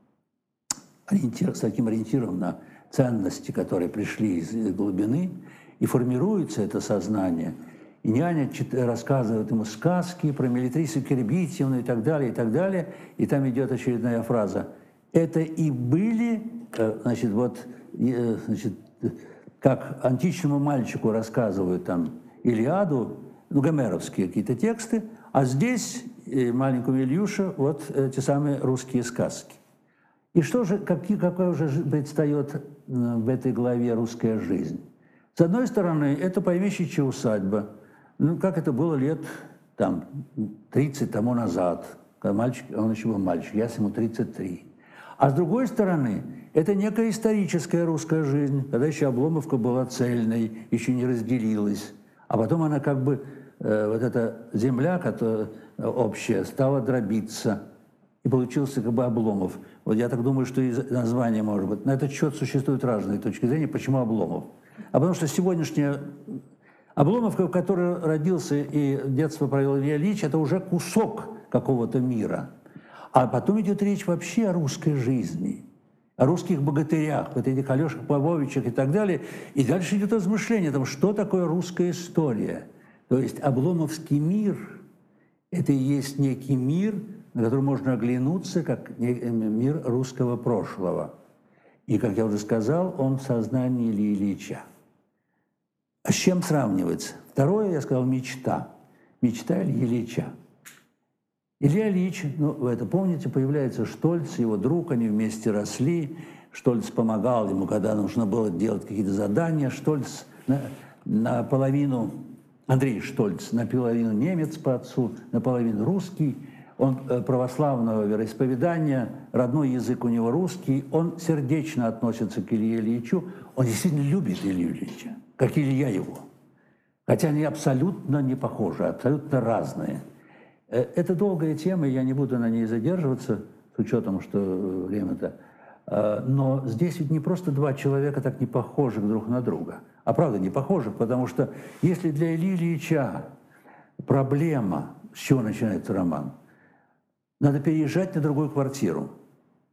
с таким ориентиром на ценности, которые пришли из глубины, и формируется это сознание. И няня рассказывает ему сказки про Мелитрису Кирбитьевну и так далее, и так далее. И там идет очередная фраза. Это и были, значит, как античному мальчику рассказывают там Илиаду, ну, гомеровские какие-то тексты, а здесь маленькому Ильюше вот те самые русские сказки. И что же, какая уже предстает в этой главе русская жизнь? С одной стороны, это помещичья усадьба. Ну, как это было лет там, 30 тому назад, когда мальчик, он еще был мальчик, я ему 33. А с другой стороны, это некая историческая русская жизнь, когда еще Обломовка была цельной, еще не разделилась. А потом она как бы, вот эта земля, которая общая, стала дробиться. И получился как бы Обломов. Вот я так думаю, что и название может быть. На этот счет существуют разные точки зрения, почему Обломов. А потому что сегодняшняя Обломовка, в которой родился и детство провел Илья Ильич, это уже кусок какого-то мира. А потом идет речь вообще о русской жизни, о русских богатырях, вот этих Алешах Павловичах и так далее. И дальше идет размышление о том, что такое русская история. То есть Обломовский мир – это и есть некий мир, на который можно оглянуться, как мир русского прошлого. И, как я уже сказал, он в сознании Ильи Ильича. А с чем сравнивается? Второе, я сказал, мечта. Мечта Ильи Ильича. Илья Ильич, ну, вы это помните, появляется Штольц, его друг, они вместе росли. Штольц помогал ему, когда нужно было делать какие-то задания. Штольц наполовину, Андрей Штольц, наполовину немец по отцу, наполовину русский. Он православного вероисповедания, родной язык у него русский. Он сердечно относится к Илье Ильичу. Он действительно любит Илью Ильича, как Илья его. Хотя они абсолютно не похожи, абсолютно разные. Это долгая тема, я не буду на ней задерживаться, с учетом, что время-то. Но здесь ведь не просто два человека так не похожих друг на друга, а правда не похожих, потому что если для Ильи Ильича проблема, с чего начинается роман, надо переезжать на другую квартиру.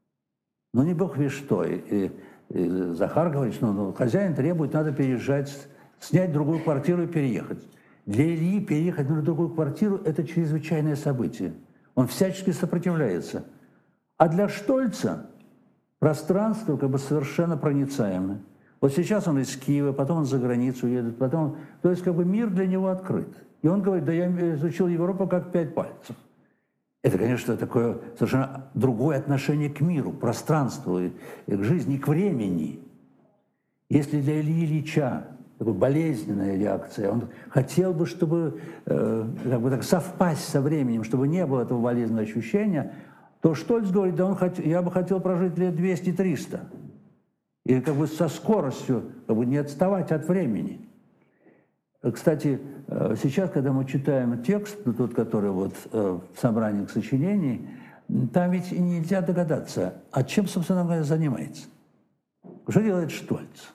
Ну, не бог весь что. И Захар говорит, что хозяин требует, надо переезжать, снять другую квартиру и переехать. Для Ильи переехать на другую квартиру – это чрезвычайное событие. Он всячески сопротивляется. А для Штольца пространство как бы совершенно проницаемое. Вот сейчас он из Киева, потом он за границу едет, потом... То есть как бы мир для него открыт. И он говорит, да я изучил Европу как 5 пальцев. Это, конечно, такое совершенно другое отношение к миру, к пространству, и к жизни, и к времени. Если для Ильи Ильича такая болезненная реакция, он хотел бы, чтобы как бы так совпасть со временем, чтобы не было этого болезненного ощущения, то Штольц говорит, да я бы хотел прожить лет 200-300. И как бы со скоростью как бы не отставать от времени. Кстати, сейчас, когда мы читаем текст, тот, который вот в собрании сочинений, там ведь нельзя догадаться, а чем, собственно говоря, занимается. Что делает Штольц?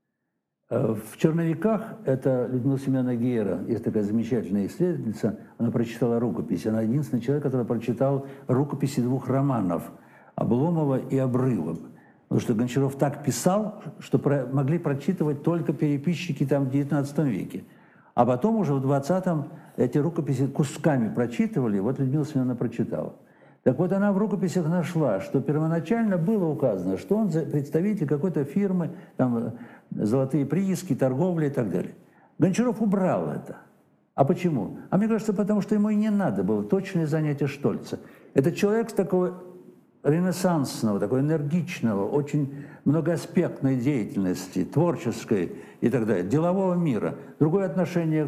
В «Черновиках» это Людмила Семеновна Гейера, есть такая замечательная исследовательница, она прочитала рукопись. Она единственный человек, который прочитал рукописи 2 романов Обломова и Обрыва. Потому что Гончаров так писал, что могли прочитывать только переписчики там в XIX веке. А потом уже в 20-м эти рукописи кусками прочитывали, вот Людмила Семеновна прочитала. Так вот, она в рукописях нашла, что первоначально было указано, что он представитель какой-то фирмы, там, золотые прииски, торговля и так далее. Гончаров убрал это. А почему? А мне кажется, потому что ему и не надо было точное занятие Штольца. Это человек с такого ренессансного, такого энергичного, очень многоаспектной деятельности, творческой и так далее, делового мира, другое отношение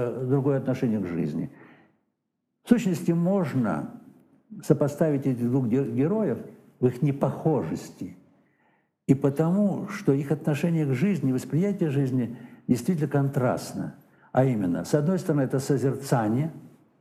к жизни. В сущности, можно сопоставить этих 2 героев в их непохожести. И потому, что их отношение к жизни, восприятие жизни действительно контрастно. А именно, с одной стороны, это созерцание,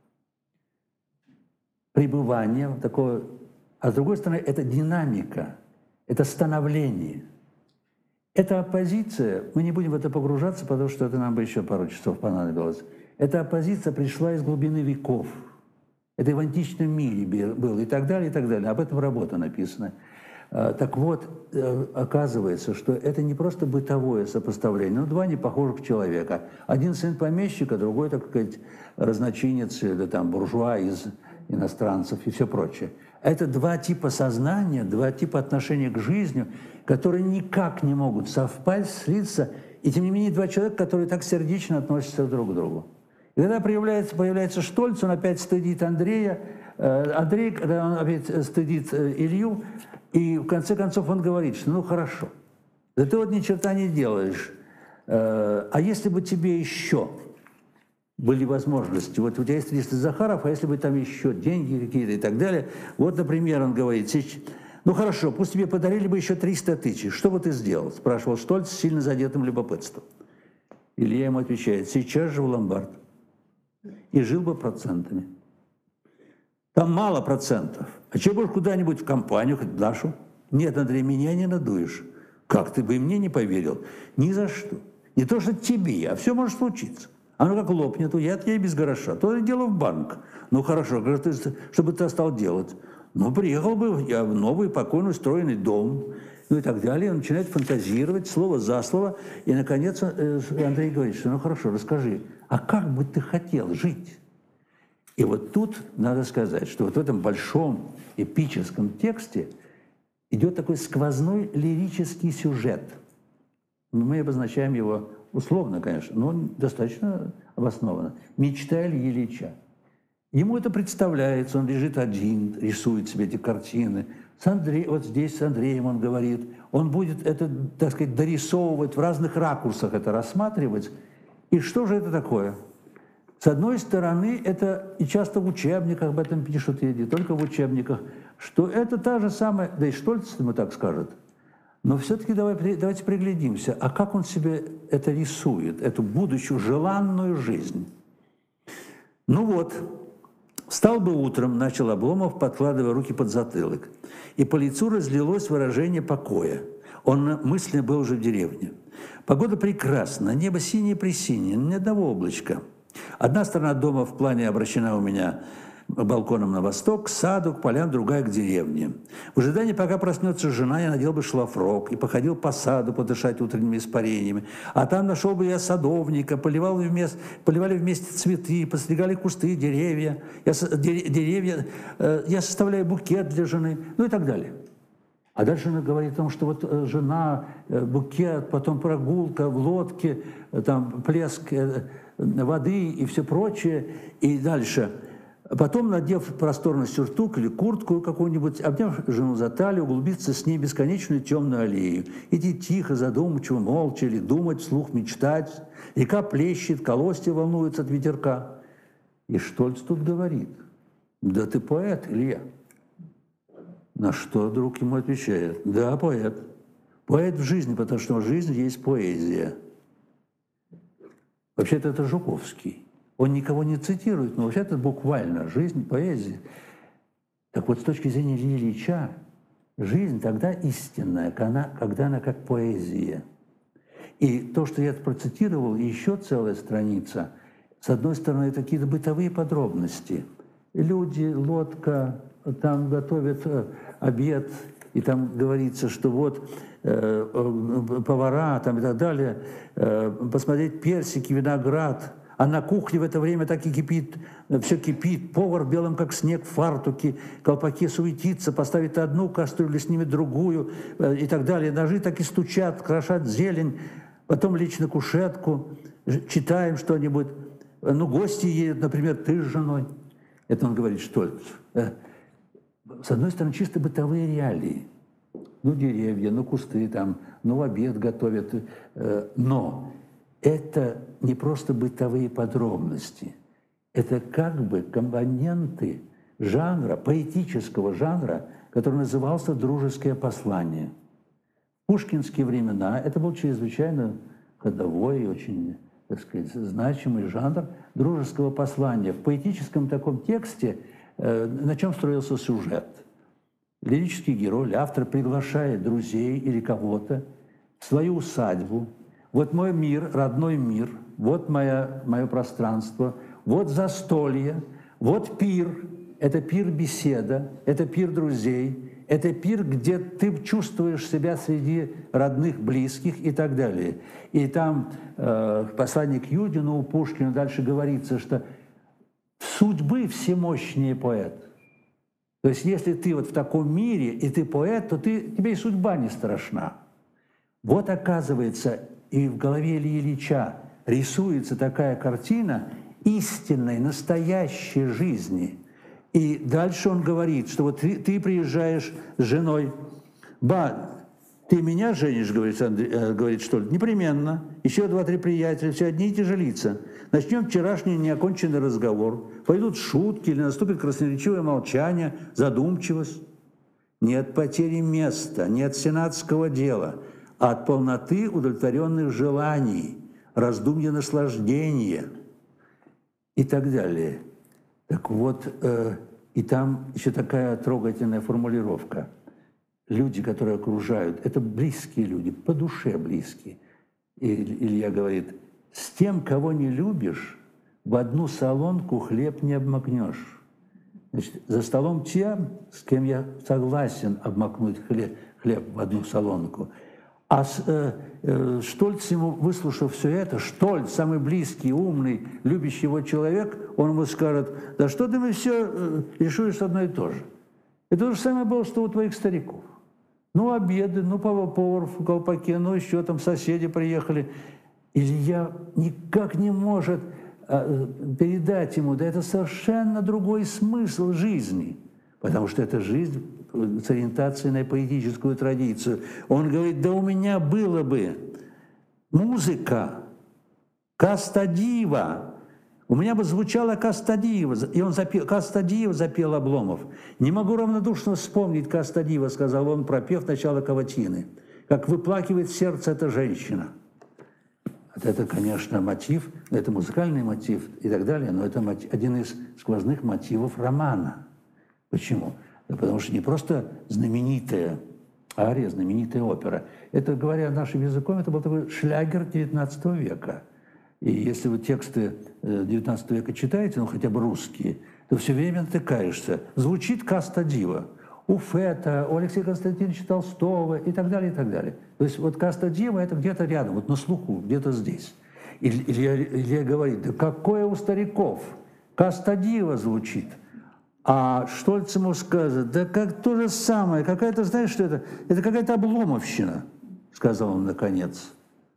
пребывание такое, а с другой стороны, это динамика, это становление. Эта оппозиция, мы не будем в это погружаться, потому что это нам бы еще пару часов понадобилось. Эта оппозиция пришла из глубины веков. Это и в античном мире было, и так далее, и так далее. Об этом работа написана. Так вот, оказывается, что это не просто бытовое сопоставление, но 2 непохожих человека. Один сын помещика, другой, так сказать, разночинец или там буржуа из иностранцев и все прочее. Это 2 типа сознания, 2 типа отношения к жизни, которые никак не могут совпасть, слиться, и тем не менее 2 человека, которые так сердечно относятся друг к другу. И когда появляется Штольц, он опять стыдит Андрея, Андрей, когда он опять стыдит Илью, и в конце концов он говорит, что ну хорошо, да ты вот ни черта не делаешь, а если бы тебе еще были возможности, вот у тебя есть 300 Захаров, а если бы там еще деньги какие-то и так далее, вот, например, он говорит, ну хорошо, пусть тебе подарили бы еще 300 тысяч, что бы ты сделал? Спрашивал Штольц с сильно задетым любопытством. Илья ему отвечает, сейчас же в ломбард. И жил бы процентами. Там мало процентов. А чего будешь куда-нибудь в компанию, хоть в нашу? Нет, Андрей, меня не надуешь. Как ты бы и мне не поверил? Ни за что. Не то, что тебе, а все может случиться. Оно как лопнет, я от ей без гроша. То я делаю в банк. Ну хорошо, что бы ты стал делать? Ну, приехал бы я в новый, покойный, устроенный дом. Ну и так далее. Он начинает фантазировать слово за слово. И, наконец, Андрей говорит, что ну хорошо, расскажи, а как бы ты хотел жить? И вот тут надо сказать, что вот в этом большом эпическом тексте идет такой сквозной лирический сюжет. Мы обозначаем его условно, конечно, но достаточно обоснованно. Мечта Ильи Ильича. Ему это представляется, он лежит один, рисует себе эти картины. Вот здесь с Андреем он говорит, он будет это, так сказать, дорисовывать, в разных ракурсах это рассматривать. И что же это такое? С одной стороны, это и часто в учебниках об этом пишут, и не только в учебниках, что это та же самая, да и Штольц ему так скажет, но все-таки давайте приглядимся, а как он себе это рисует, эту будущую желанную жизнь? Ну вот, встал бы утром, начал Обломов, подкладывая руки под затылок, и по лицу разлилось выражение покоя. Он мысленно был уже в деревне. Погода прекрасна, небо синее-пресинее, ни одного облачка. Одна сторона дома в плане обращена у меня балконом на восток, к саду, к полям, другая к деревне. В ожидании, пока проснется жена, я надел бы шлафрок и походил по саду подышать утренними испарениями. А там нашел бы я садовника, поливали вместе цветы, подстригали кусты, деревья. Я составляю букет для жены, ну и так далее. А дальше она говорит о том, что вот жена, букет, потом прогулка в лодке, там плеск воды и все прочее. И дальше. Потом, надев просторный сюртук или куртку какую-нибудь, обняв жену за талию, углубиться с ней в бесконечную темную аллею. Идти тихо, задумчиво, молча, или думать, вслух мечтать. Река плещет, колосья волнуются от ветерка. И Штольц тут говорит: да ты поэт, Илья. На что друг ему отвечает: да, поэт. Поэт в жизни, потому что жизнь есть поэзия. Вообще-то это Жуковский. Он никого не цитирует, но вообще-то буквально жизнь, поэзия. Так вот, с точки зрения Ильи Ильича, жизнь тогда истинная, когда она как поэзия. И то, что я процитировал, еще целая страница, с одной стороны, это какие-то бытовые подробности. Люди, лодка, там готовят обед, и там говорится, что вот повара там и так далее, посмотреть персики, виноград. А на кухне в это время так и кипит, все кипит. Повар в белом, как снег, в фартуке, колпаке суетится, поставит одну кастрюлю, снимет другую и так далее. Ножи так и стучат, крошат зелень. Потом лечь на кушетку, читаем что-нибудь. Ну, гости едут, например, ты с женой. Это он говорит, что с одной стороны, чисто бытовые реалии. Ну, деревья, ну, кусты там, ну, обед готовят. Но это не просто бытовые подробности. Это как бы компоненты жанра, поэтического жанра, который назывался «Дружеское послание». В пушкинские времена это был чрезвычайно ходовой и очень, так сказать, значимый жанр дружеского послания. В поэтическом таком тексте на чем строился сюжет? Лирический герой, автор приглашает друзей или кого-то в свою усадьбу. Вот мой мир, родной мир, вот мое пространство, вот застолье, вот пир. Это пир-беседа, это пир друзей, это пир, где ты чувствуешь себя среди родных, близких и так далее. И там в послании к Юдину у Пушкина дальше говорится, что судьбы всемощнее поэт. То есть если ты вот в таком мире, и ты поэт, то тебе и судьба не страшна. Вот оказывается, и в голове Ильи Ильича рисуется такая картина истинной, настоящей жизни. И дальше он говорит, что вот ты приезжаешь с женой, ты меня женишь, говорит что ли? Непременно. Еще 2-3 приятеля, все одни и те же лица. Начнем вчерашний неоконченный разговор. Пойдут шутки или наступит красноречивое молчание, задумчивость. Нет потери места, нет сенатского дела, а от полноты удовлетворенных желаний, раздумья наслаждения и так далее. Так вот, и там еще такая трогательная формулировка. Люди, которые окружают, это близкие люди, по душе близкие. И Илья говорит, с тем, кого не любишь, в одну солонку хлеб не обмакнешь. Значит, за столом тем, с кем я согласен обмакнуть хлеб в одну солонку. А Штольц ему, выслушав все это, Штольц, самый близкий, умный, любящий его человек, он ему скажет, да что ты мне все рисуешь одно и то же. Это то же самое было, что у твоих стариков. Ну, обеды, ну, повар в колпаке, ну, еще там соседи приехали. Илья никак не может передать ему, да это совершенно другой смысл жизни, потому что это жизнь с ориентацией на поэтическую традицию. Он говорит, да у меня было бы музыка, Каста Дива, у меня бы звучала Каста Дива, и он запел, Каста Дива запел Обломов. Не могу равнодушно вспомнить Каста Дива, сказал он, пропев начало каватины, как выплакивает сердце эта женщина. Это, конечно, мотив, это музыкальный мотив и так далее, но это один из сквозных мотивов романа. Почему? Да потому что не просто знаменитая ария, знаменитая опера. Это, говоря нашим языком, это был такой шлягер XIX века. И если вы тексты XIX века читаете, ну хотя бы русские, ты все время натыкаешься. Звучит «Каста дива» у Фета, у Алексея Константиновича Толстого и так далее, и так далее. То есть вот «Каста дива» – это где-то рядом, вот на слуху, где-то здесь. Илья говорит, да какое у стариков, «Каста дива» звучит. А Штольц ему скажет, да как то же самое, какая-то, знаешь, что это? Это какая-то обломовщина, сказал он наконец.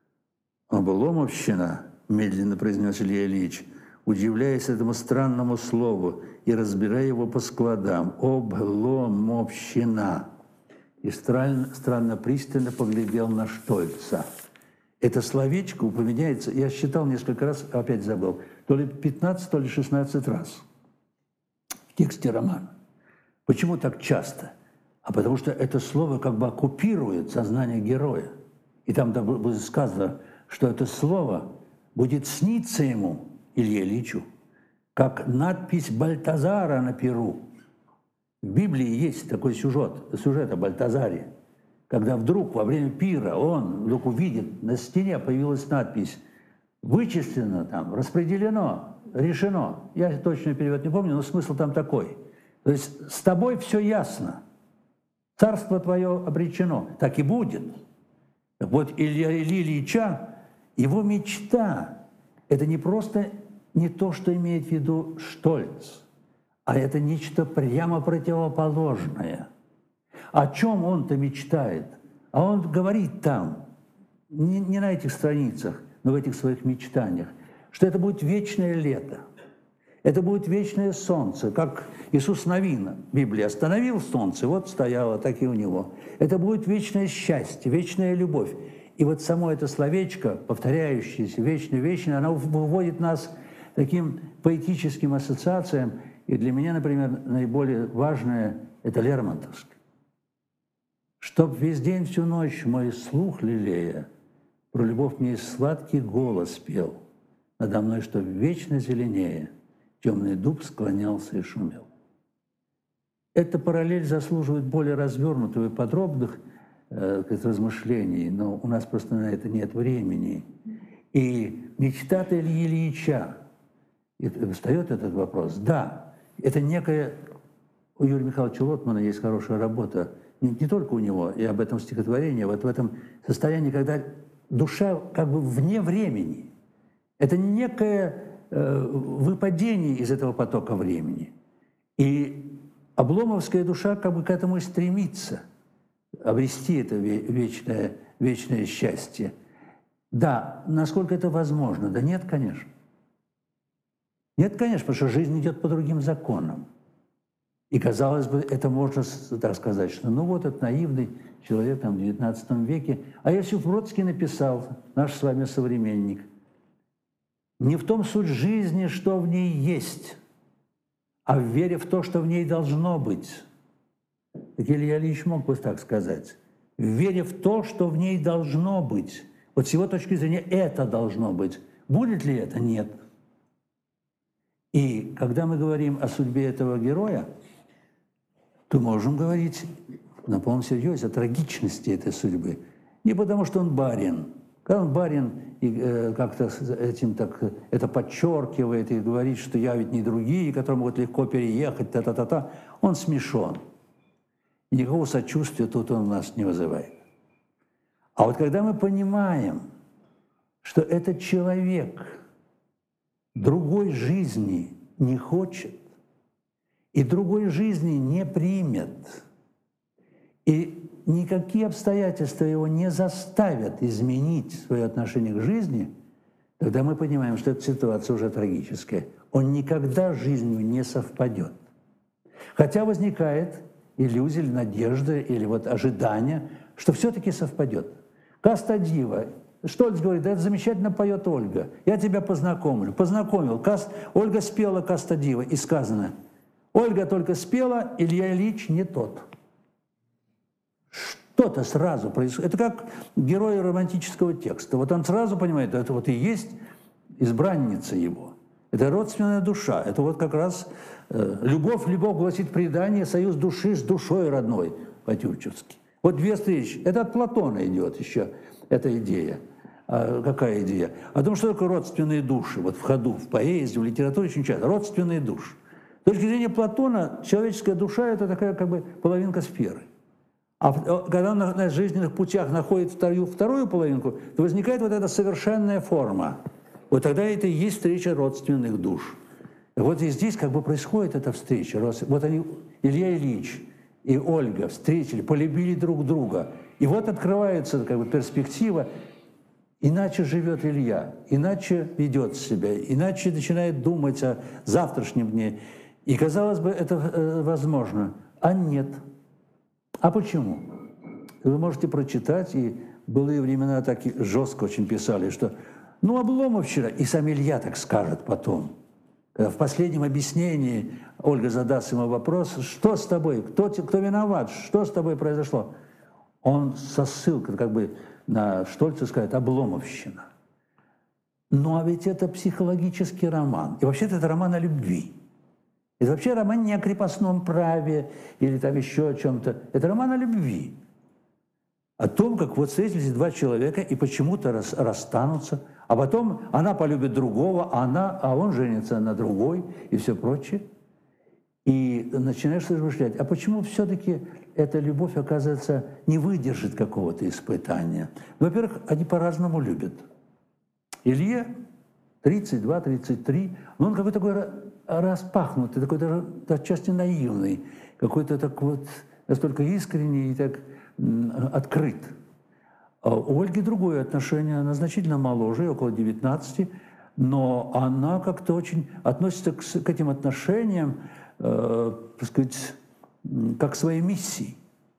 Обломовщина, медленно произнес Илья Ильич, удивляясь этому странному слову и разбирая его по складам. Обломовщина. И странно пристально поглядел на Штольца. Это словечко упоминается, я считал несколько раз, опять забыл, то ли 15, то ли 16 раз в тексте романа. Почему так часто? А потому что это слово как бы оккупирует сознание героя. И там будет сказано, что это слово будет сниться ему, Илье Ильичу, как надпись Бальтазара на перу. В Библии есть такой сюжет о Бальтазаре, когда вдруг во время пира он вдруг увидит, на стене появилась надпись «Вычислено, там, распределено, решено». Я точно перевод не помню, но смысл там такой. То есть с тобой все ясно, царство твое обречено, так и будет. Так вот, Илья Ильича, его мечта – это не просто не то, что имеет в виду Штольц, а это нечто прямо противоположное. О чем он-то мечтает? А он говорит там, не на этих страницах, но в этих своих мечтаниях, что это будет вечное лето, это будет вечное солнце, как Иисус Навин, Библия, остановил солнце, вот стояло, так и у него. Это будет вечное счастье, вечная любовь. И вот само это словечко, повторяющееся вечно-вечно, оно выводит нас таким поэтическим ассоциациям. И для меня, например, наиболее важное – это Лермонтовское. «Чтоб весь день, всю ночь мой слух лелея, про любовь мне сладкий голос пел, надо мной, что вечно зеленее, темный дуб склонялся и шумел». Эта параллель заслуживает более развернутого и подробных размышлений, но у нас просто на это нет времени. И мечта-то Ильи Ильича, и встает этот вопрос, да, это некое, у Юрия Михайловича Лотмана есть хорошая работа, не только у него, и об этом стихотворении, вот в этом состоянии, когда душа как бы вне времени. Это не некое выпадение из этого потока времени. И обломовская душа как бы к этому и стремится, обрести это вечное счастье. Да, насколько это возможно? Да нет, конечно. Нет, конечно, потому что жизнь идет по другим законам. И, казалось бы, это можно так сказать, что ну вот этот наивный человек там, в XIX веке. А Иосиф Бродский написал, наш с вами современник, «Не в том суть жизни, что в ней есть, а в вере в то, что в ней должно быть». Так Илья Ильич мог бы так сказать. В вере в то, что в ней должно быть. Вот с его точки зрения это должно быть. Будет ли это? Нет. И когда мы говорим о судьбе этого героя, то можем говорить на полном серьезе о трагичности этой судьбы. Не потому, что он барин. Когда он барин и как-то этим так это подчеркивает и говорит, что я ведь не другие, которые могут легко переехать, та-та-та-та, он смешон. И никакого сочувствия тут он у нас не вызывает. А вот когда мы понимаем, что этот человек другой жизни не хочет и другой жизни не примет, и никакие обстоятельства его не заставят изменить свое отношение к жизни, тогда мы понимаем, что эта ситуация уже трагическая. Он никогда с жизнью не совпадет. Хотя возникает иллюзия, или надежда, или вот ожидание, что все-таки совпадет. «Каста дива». Штольц говорит, да это замечательно поет Ольга. Я тебя познакомлю. Познакомил. Ольга спела «Каста дива». И сказано, Ольга только спела, Илья Ильич не тот. Что-то сразу происходит. Это как герой романтического текста. Вот он сразу понимает, это вот и есть избранница его. Это родственная душа. Это вот как раз любовь гласит предание, союз души с душой родной, по-тюркски. Вот две встречи. Это от Платона идет еще, эта идея. А какая идея? О том, что такое родственные души. Вот в ходу, в поэзии, в литературе очень часто. Родственные души. С точки зрения Платона, человеческая душа – это такая как бы половинка сферы. А когда он на жизненных путях находит вторую половинку, то возникает вот эта совершенная форма. Вот тогда это и есть встреча родственных душ. Вот и здесь как бы происходит эта встреча. Вот они, Илья Ильич и Ольга, встретили, полюбили друг друга. И вот открывается как бы перспектива. Иначе живет Илья, иначе ведет себя, иначе начинает думать о завтрашнем дне. И, казалось бы, это возможно. А нет. А почему? Вы можете прочитать, и в былые времена так и жестко очень писали, что ну, Обломовщина, и сам Илья так скажет потом. Когда в последнем объяснении Ольга задаст ему вопрос, что с тобой, кто виноват, что с тобой произошло? Он со ссылкой как бы на Штольца скажет «Обломовщина». Ну, а ведь это психологический роман. И вообще-то это роман о любви. Это вообще роман не о крепостном праве или там еще о чем-то. Это роман о любви. О том, как вот встретились два человека и почему-то расстанутся, а потом она полюбит другого, а он женится на другой и все прочее. И начинаешь размышлять, а почему все-таки эта любовь, оказывается, не выдержит какого-то испытания? Во-первых, они по-разному любят. Илье 32-33, но он какой-то такой распахнутый, такой даже отчасти наивный, какой-то так вот настолько искренний и так открыт. А у Ольги другое отношение, она значительно моложе, около 19, но она как-то очень относится к этим отношениям, так сказать, как к своей миссии.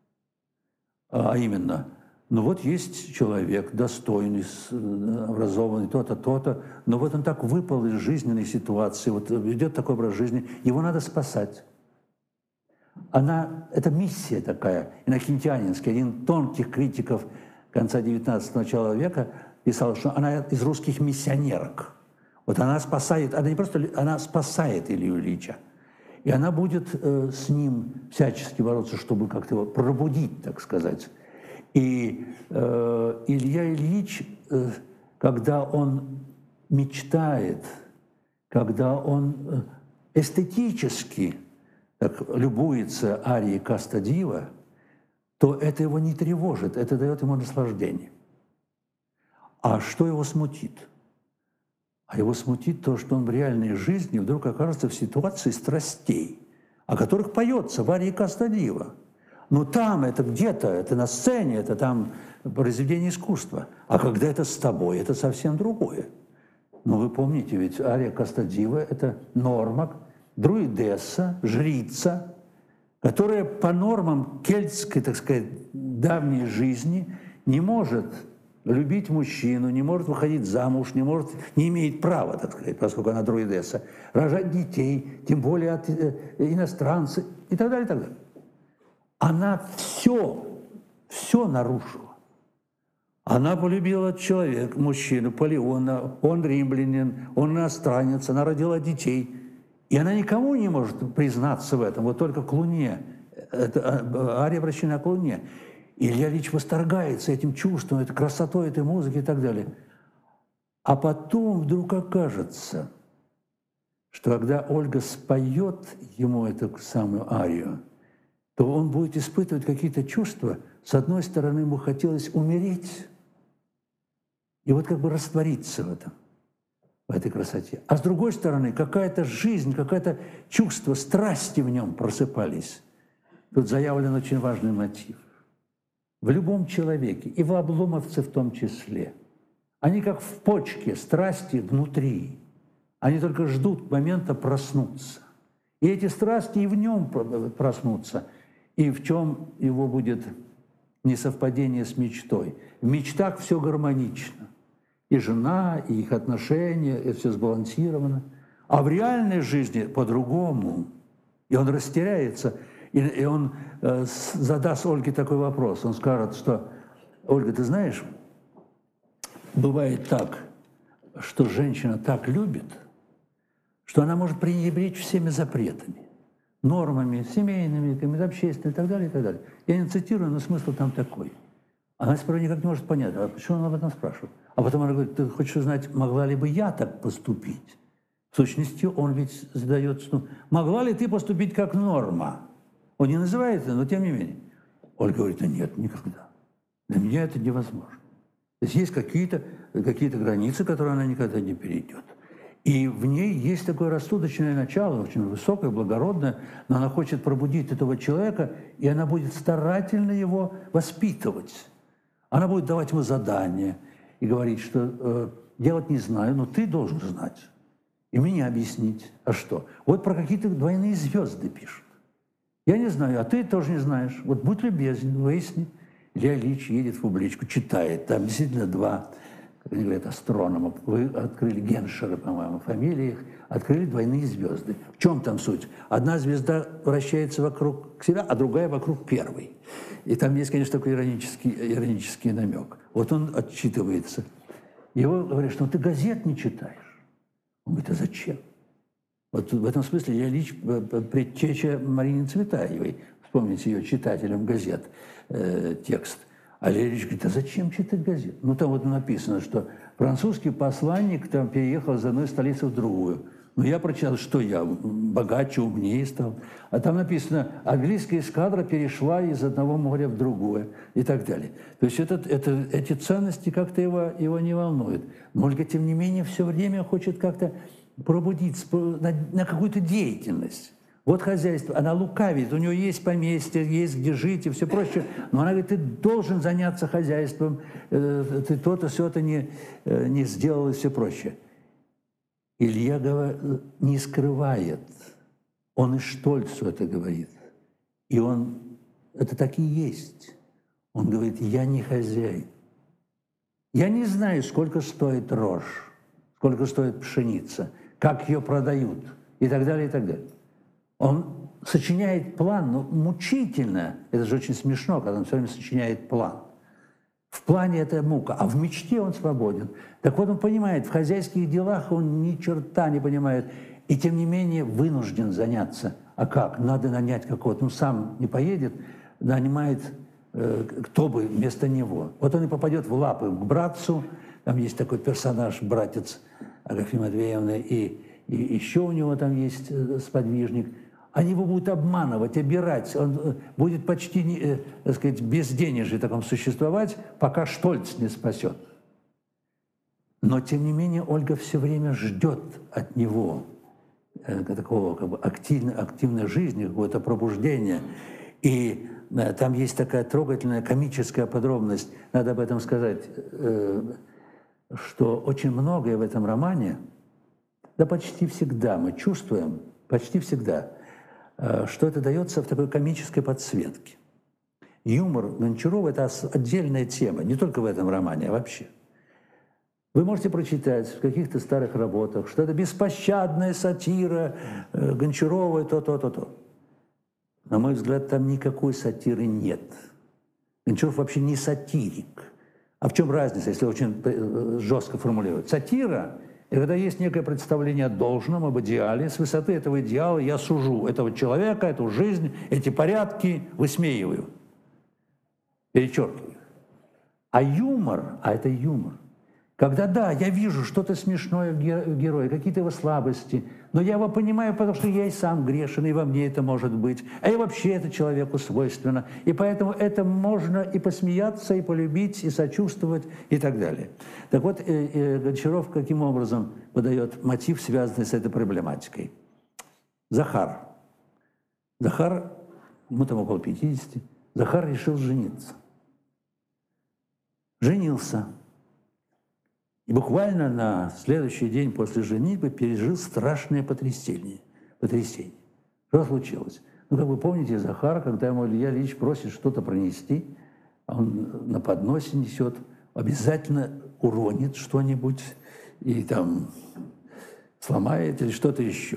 А именно, ну вот есть человек достойный, образованный, то-то, то-то, но вот он так выпал из жизненной ситуации, вот ведет такой образ жизни, его надо спасать. Это миссия такая, иннокентианинская. Один из тонких критиков конца XIX начала века писал, что она из русских миссионерок. Вот она спасает, она не просто, она спасает Илью Ильича. И она будет с ним всячески бороться, чтобы как-то его пробудить, так сказать. И Илья Ильич, когда он мечтает, когда он эстетически так любуется арией «Каста Дива», то это его не тревожит, это дает ему наслаждение. А что его смутит? А его смутит то, что он в реальной жизни вдруг окажется в ситуации страстей, о которых поется в арии «Каста Дива». Но там это где-то, это на сцене, это там произведение искусства. А когда это с тобой, это совсем другое. Но вы помните, ведь ария «Каста Дива» – это норма, друидесса, жрица, которая по нормам кельтской, так сказать, давней жизни не может любить мужчину, не может выходить замуж, не имеет права, так сказать, поскольку она друидесса, рожать детей, тем более от иностранцев и так далее, и так далее. Она все нарушила. Она полюбила человека, мужчину, Полеона, он римлянин, он иностранец, она родила детей. И она никому не может признаться в этом, вот только к Луне. Это ария обращена к Луне. Илья Ильич восторгается этим чувством, этой красотой этой музыки и так далее. А потом вдруг окажется, что когда Ольга споет ему эту самую арию, то он будет испытывать какие-то чувства. С одной стороны, ему хотелось умереть и вот как бы раствориться в этой красоте. А с другой стороны, какая-то жизнь, какое-то чувство, страсти в нем просыпались. Тут заявлен очень важный мотив. В любом человеке, и в обломовце в том числе, они как в почке, страсти внутри. Они только ждут момента проснуться. И эти страсти и в нем проснутся. И в чем его будет несовпадение с мечтой. В мечтах все гармонично. И жена, и их отношения, это все сбалансировано. А в реальной жизни по-другому. И он растеряется, и он задаст Ольге такой вопрос. Он скажет, что, Ольга, ты знаешь, бывает так, что женщина так любит, что она может пренебречь всеми запретами, нормами семейными, общественными и так далее, и так далее. Я не цитирую, но смысл там такой. Она сперва никак не может понять, а почему он об этом спрашивает. А потом она говорит, ты хочешь узнать, могла ли бы я так поступить? В сущности, он ведь задает, ну, могла ли ты поступить как норма? Он не называет это, но тем не менее. Ольга говорит, да нет, никогда. Для меня это невозможно. То есть какие-то границы, которые она никогда не перейдет. И в ней есть такое рассудочное начало, очень высокое, благородное, но она хочет пробудить этого человека, и она будет старательно его воспитывать. Она будет давать ему задания и говорить, что я вот не знаю, но ты должен знать. И мне объяснить. А что? Вот про какие-то двойные звезды пишут. Я не знаю, а ты тоже не знаешь. Вот будь любезен, выясни. Илья Ильич едет в публичку, читает. Там действительно два, как они говорят, астронома. Вы открыли Геншера, по-моему, фамилии их. Открыли двойные звезды. В чем там суть? Одна звезда вращается вокруг себя, а другая вокруг первой. И там есть, конечно, такой иронический намек. Вот он отчитывается. Его говорят, что ты газет не читаешь. Он говорит, а зачем? Вот в этом смысле Илья Ильич предтеча Марины Цветаевой. Вспомните ее читателем газет текст. А Илья Ильич говорит, а зачем читать газет? Ну, там вот написано, что французский посланник там переехал из одной столицы в другую. Ну, я прочитал, что я богаче, умнее стал. А там написано, английская эскадра перешла из одного моря в другое и так далее. То есть эти ценности как-то его не волнуют. Но Ольга, тем не менее, все время хочет как-то пробудить на какую-то деятельность. Вот хозяйство, она лукавит, у нее есть поместье, есть где жить и все прочее, но она говорит, ты должен заняться хозяйством, ты то-то, все-то не сделал и все прочее. Илья не скрывает, он и Штольцу это говорит, и он, это так и есть. Он говорит, я не хозяин, я не знаю, сколько стоит рожь, сколько стоит пшеница, как ее продают и так далее, и так далее. Он сочиняет план, но мучительно. Это же очень смешно, когда он все время сочиняет план. В плане это мука, а в мечте он свободен. Так вот он понимает, в хозяйских делах он ни черта не понимает. И тем не менее вынужден заняться. А как? Надо нанять какого-то, ну сам не поедет, нанимает, кто бы вместо него. Вот он и попадет в лапы к братцу. Там есть такой персонаж, братец Агафьи Матвеевны, и еще у него там есть сподвижник. Они его будут обманывать, обирать. Он будет почти, так сказать, безденежье таком существовать, пока Штольц не спасет. Но, тем не менее, Ольга все время ждет от него такого как бы активной жизни, какого-то пробуждения. И там есть такая трогательная комическая подробность, надо об этом сказать, что очень многое в этом романе, да почти всегда мы чувствуем, почти всегда, что это дается в такой комической подсветке. Юмор Гончарова – это отдельная тема, не только в этом романе, а вообще. Вы можете прочитать в каких-то старых работах, что это беспощадная сатира Гончарова, то. На мой взгляд, там никакой сатиры нет. Гончаров вообще не сатирик. А в чем разница, если очень жестко формулировать? Сатира – и когда есть некое представление о должном, об идеале, с высоты этого идеала я сужу этого человека, эту жизнь, эти порядки, высмеиваю, перечеркиваю. А юмор, а это юмор, когда, да, я вижу что-то смешное в герое, какие-то его слабости, но я его понимаю, потому что я и сам грешен, и во мне это может быть, а и вообще это человеку свойственно, и поэтому это можно и посмеяться, и полюбить, и сочувствовать, и так далее. Так вот, Гончаров каким образом выдает мотив, связанный с этой проблематикой? Захар, ему там около 50, Захар решил жениться. Женился. И буквально на следующий день после женитьбы пережил страшное потрясение. Что случилось? Ну, как вы помните, Захар, когда ему Илья Ильич просит что-то пронести, он на подносе несет, обязательно уронит что-нибудь и там сломает или что-то еще.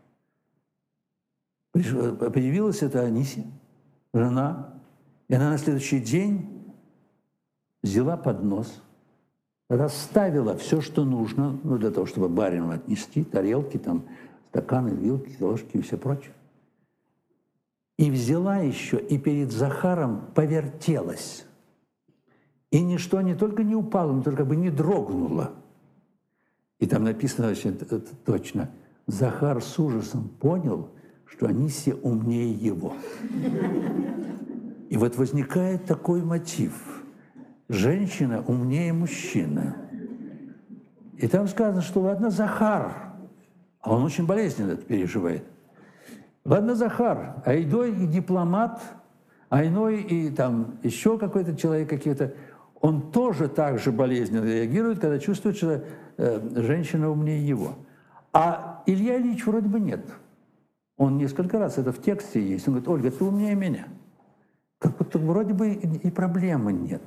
Появилась эта Анисия, жена, и она на следующий день взяла поднос, расставила все, что нужно, ну, для того, чтобы барину отнести, тарелки, там, стаканы, вилки, ложки и все прочее. И взяла еще, и перед Захаром повертелась. И ничто не только не упало, но только как бы не дрогнуло. И там написано очень точно, Захар с ужасом понял, что они все умнее его. И вот возникает такой мотив. Женщина умнее мужчины. И там сказано, что ладно Захар, а он очень болезненно это переживает. Ладно Захар, а иной и дипломат, а иной и там еще какой-то человек какие-то, он тоже так же болезненно реагирует, когда чувствует, что женщина умнее его. А Илья Ильич вроде бы нет. Он несколько раз, это в тексте есть, он говорит: Ольга, ты умнее меня. Как будто вроде бы и проблемы нет.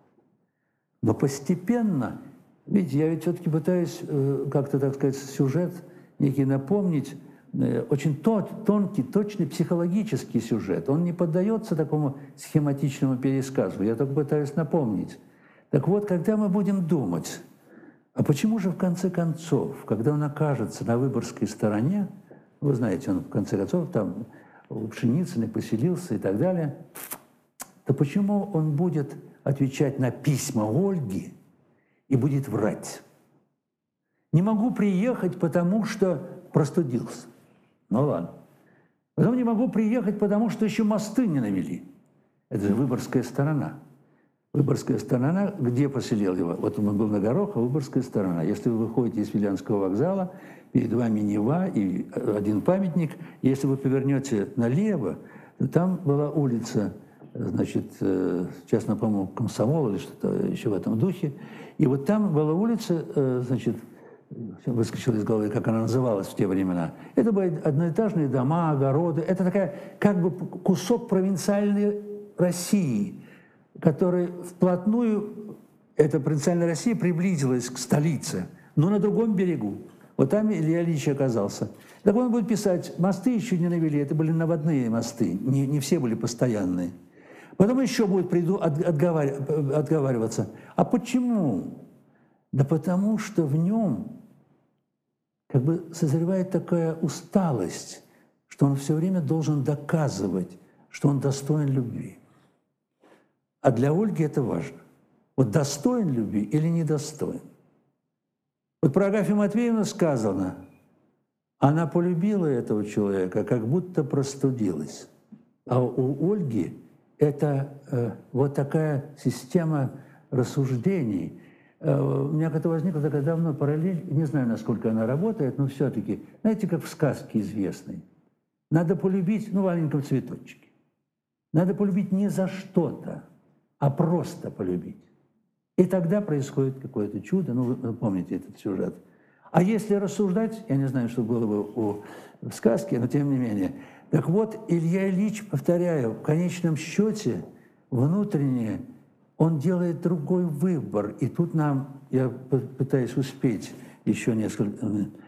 Но постепенно, видите, я ведь все-таки пытаюсь как-то, так сказать, сюжет некий напомнить, очень тонкий, точный психологический сюжет. Он не поддается такому схематичному пересказу. Я только пытаюсь напомнить. Так вот, когда мы будем думать, а почему же в конце концов, когда он окажется на Выборгской стороне, вы знаете, он в конце концов там у Пшеницыной поселился и так далее, то почему он будет отвечать на письма Ольги и будет врать? Не могу приехать, потому что простудился. Ну ладно. Потом не могу приехать, потому что еще мосты не навели. Это же Выборгская сторона. Выборгская сторона, где поселил его? Вот он был на Горохово, Выборгская сторона. Если вы выходите из Филянского вокзала, перед вами Нева и один памятник. Если вы повернете налево, то там была улица, значит, сейчас, по-моему, Комсомол или что-то еще в этом духе. И вот там была улица, значит, выскочила из головы, как она называлась в те времена. Это были одноэтажные дома, огороды. Это такая как бы кусок провинциальной России, который вплотную, эта провинциальная Россия приблизилась к столице, но на другом берегу. Вот там Илья Ильич оказался. Так он будет писать: мосты еще не навели, это были наводные мосты, не все были постоянные. Потом еще будет отговариваться. А почему? Да потому что в нем как бы созревает такая усталость, что он все время должен доказывать, что он достоин любви. А для Ольги это важно. Вот достоин любви или недостоин. Вот про Агафью Матвеевну сказано: она полюбила этого человека, как будто простудилась. А у Ольги это вот такая система рассуждений. У меня как-то возникла такая давно параллель, не знаю, насколько она работает, но все-таки, знаете, как в сказке известной. Надо полюбить, в маленьком цветочке. Надо полюбить не за что-то, а просто полюбить. И тогда происходит какое-то чудо, вы помните этот сюжет. А если рассуждать, я не знаю, что было бы в сказке, но тем не менее. Так вот, Илья Ильич, повторяю, в конечном счете, внутренне, он делает другой выбор. И тут я пытаюсь успеть еще несколько.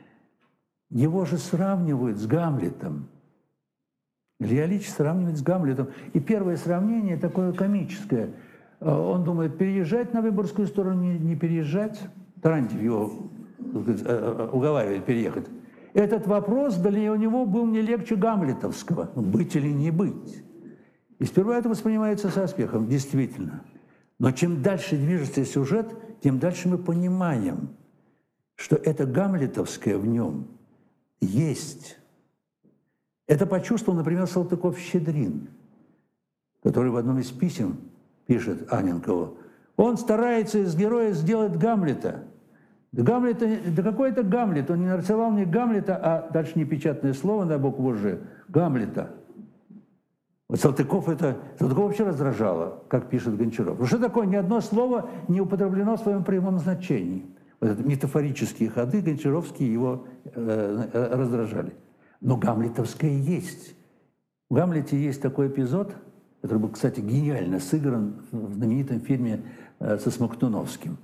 Его же сравнивают с Гамлетом. Илья Ильич сравнивает с Гамлетом. И первое сравнение такое комическое. Он думает, переезжать на Выборгскую сторону, не переезжать. Тарантьев его уговаривает переехать. Этот вопрос для него был не легче гамлетовского. Быть или не быть. И сперва это воспринимается со успехом, действительно. Но чем дальше движется сюжет, тем дальше мы понимаем, что это гамлетовское в нем есть. Это почувствовал, например, Салтыков-Щедрин, который в одном из писем пишет Анненкову: он старается из героя сделать Гамлета. Да какой это Гамлет? Он не нарисовал не Гамлета, а дальше непечатное слово на букву «Ж» – Гамлета. Вот Салтыков вообще раздражало, как пишет Гончаров. Потому что такое? Ни одно слово не употреблено в своем прямом значении. Вот это метафорические ходы гончаровские его раздражали. Но гамлетовское есть. В «Гамлете» есть такой эпизод, который был, кстати, гениально сыгран в знаменитом фильме со Смоктуновским.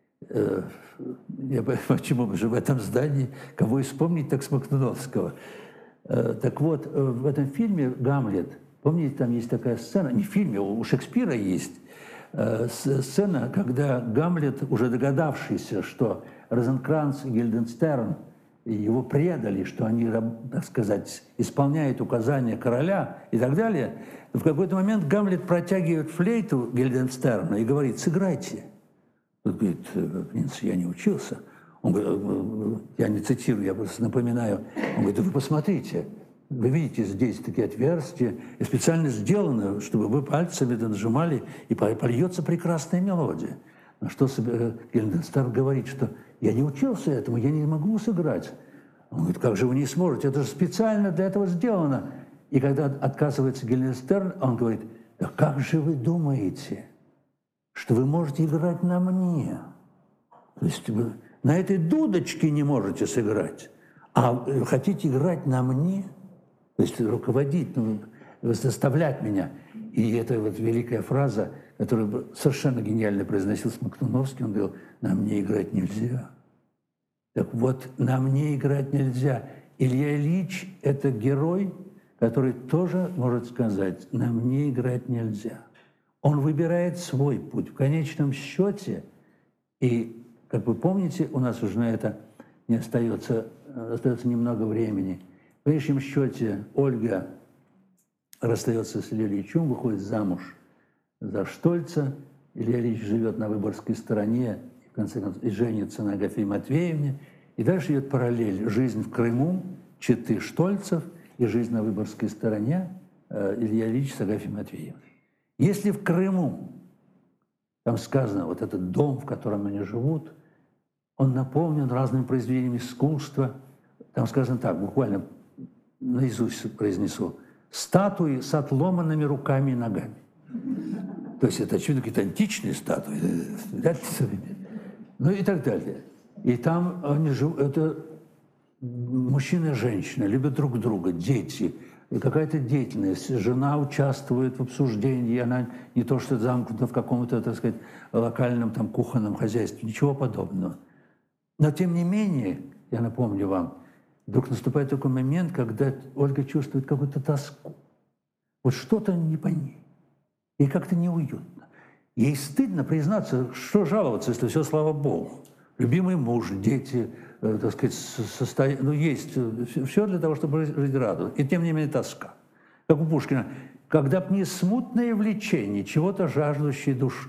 Почему же в этом здании, кого и вспомнить, так Смоктуновского. Так вот, в этом фильме «Гамлет», помните, там есть такая сцена, не в фильме, у Шекспира есть сцена, когда Гамлет, уже догадавшийся, что Розенкранц и Гильденстерн его предали, что они, так сказать, исполняют указания короля и так далее, в какой-то момент Гамлет протягивает флейту Гильденстерна и говорит: сыграйте. Он говорит: принц, я не учился. Он говорит, я не цитирую, я просто напоминаю. Он говорит, да вы посмотрите, вы видите, здесь такие отверстия, и специально сделано, чтобы вы пальцами нажимали, и польется прекрасная мелодия. На что Гильденстерн говорит, что я не учился этому, я не могу сыграть. Он говорит, как же вы не сможете, это же специально для этого сделано. И когда отказывается Гильденстерн, он говорит, да как же вы думаете, что вы можете играть на мне? То есть вы на этой дудочке не можете сыграть, а хотите играть на мне? То есть руководить, заставлять меня. И это вот великая фраза, которую совершенно гениально произносил Смоктуновский, он говорил, на мне играть нельзя. Так вот, на мне играть нельзя. Илья Ильич – это герой, который тоже может сказать, на мне играть нельзя. Он выбирает свой путь. В конечном счете, и, как вы помните, у нас уже на это не остается немного времени. В конечном счете Ольга расстается с Ильей Ильичем, выходит замуж за Штольца. Илья Ильич живет на Выборгской стороне, и, в конце концов, и женится на Агафье Матвеевне. И дальше идет параллель. Жизнь в Крыму, четы Штольцев, и жизнь на Выборгской стороне Илья Ильич с Агафьей Матвеевной. Если в Крыму, там сказано, вот этот дом, в котором они живут, он наполнен разными произведениями искусства, там сказано так, буквально наизусть произнесу, статуи с отломанными руками и ногами. То есть это, очевидно, какие-то античные статуи, ну и так далее. И там они живут, это мужчина и женщина, любят друг друга, дети, какая-то деятельность. Жена участвует в обсуждении, она не то что замкнута в каком-то, так сказать, локальном там кухонном хозяйстве, ничего подобного. Но тем не менее, я напомню вам, вдруг наступает такой момент, когда Ольга чувствует какую-то тоску. Вот что-то не по ней. Ей как-то неуютно. Ей стыдно признаться, что жаловаться, если все, слава Богу. Любимый муж, дети, так сказать, ну, есть все для того, чтобы жить радостно. И тем не менее тоска. Как у Пушкина. Когда б не смутное влечение чего-то жаждущей души.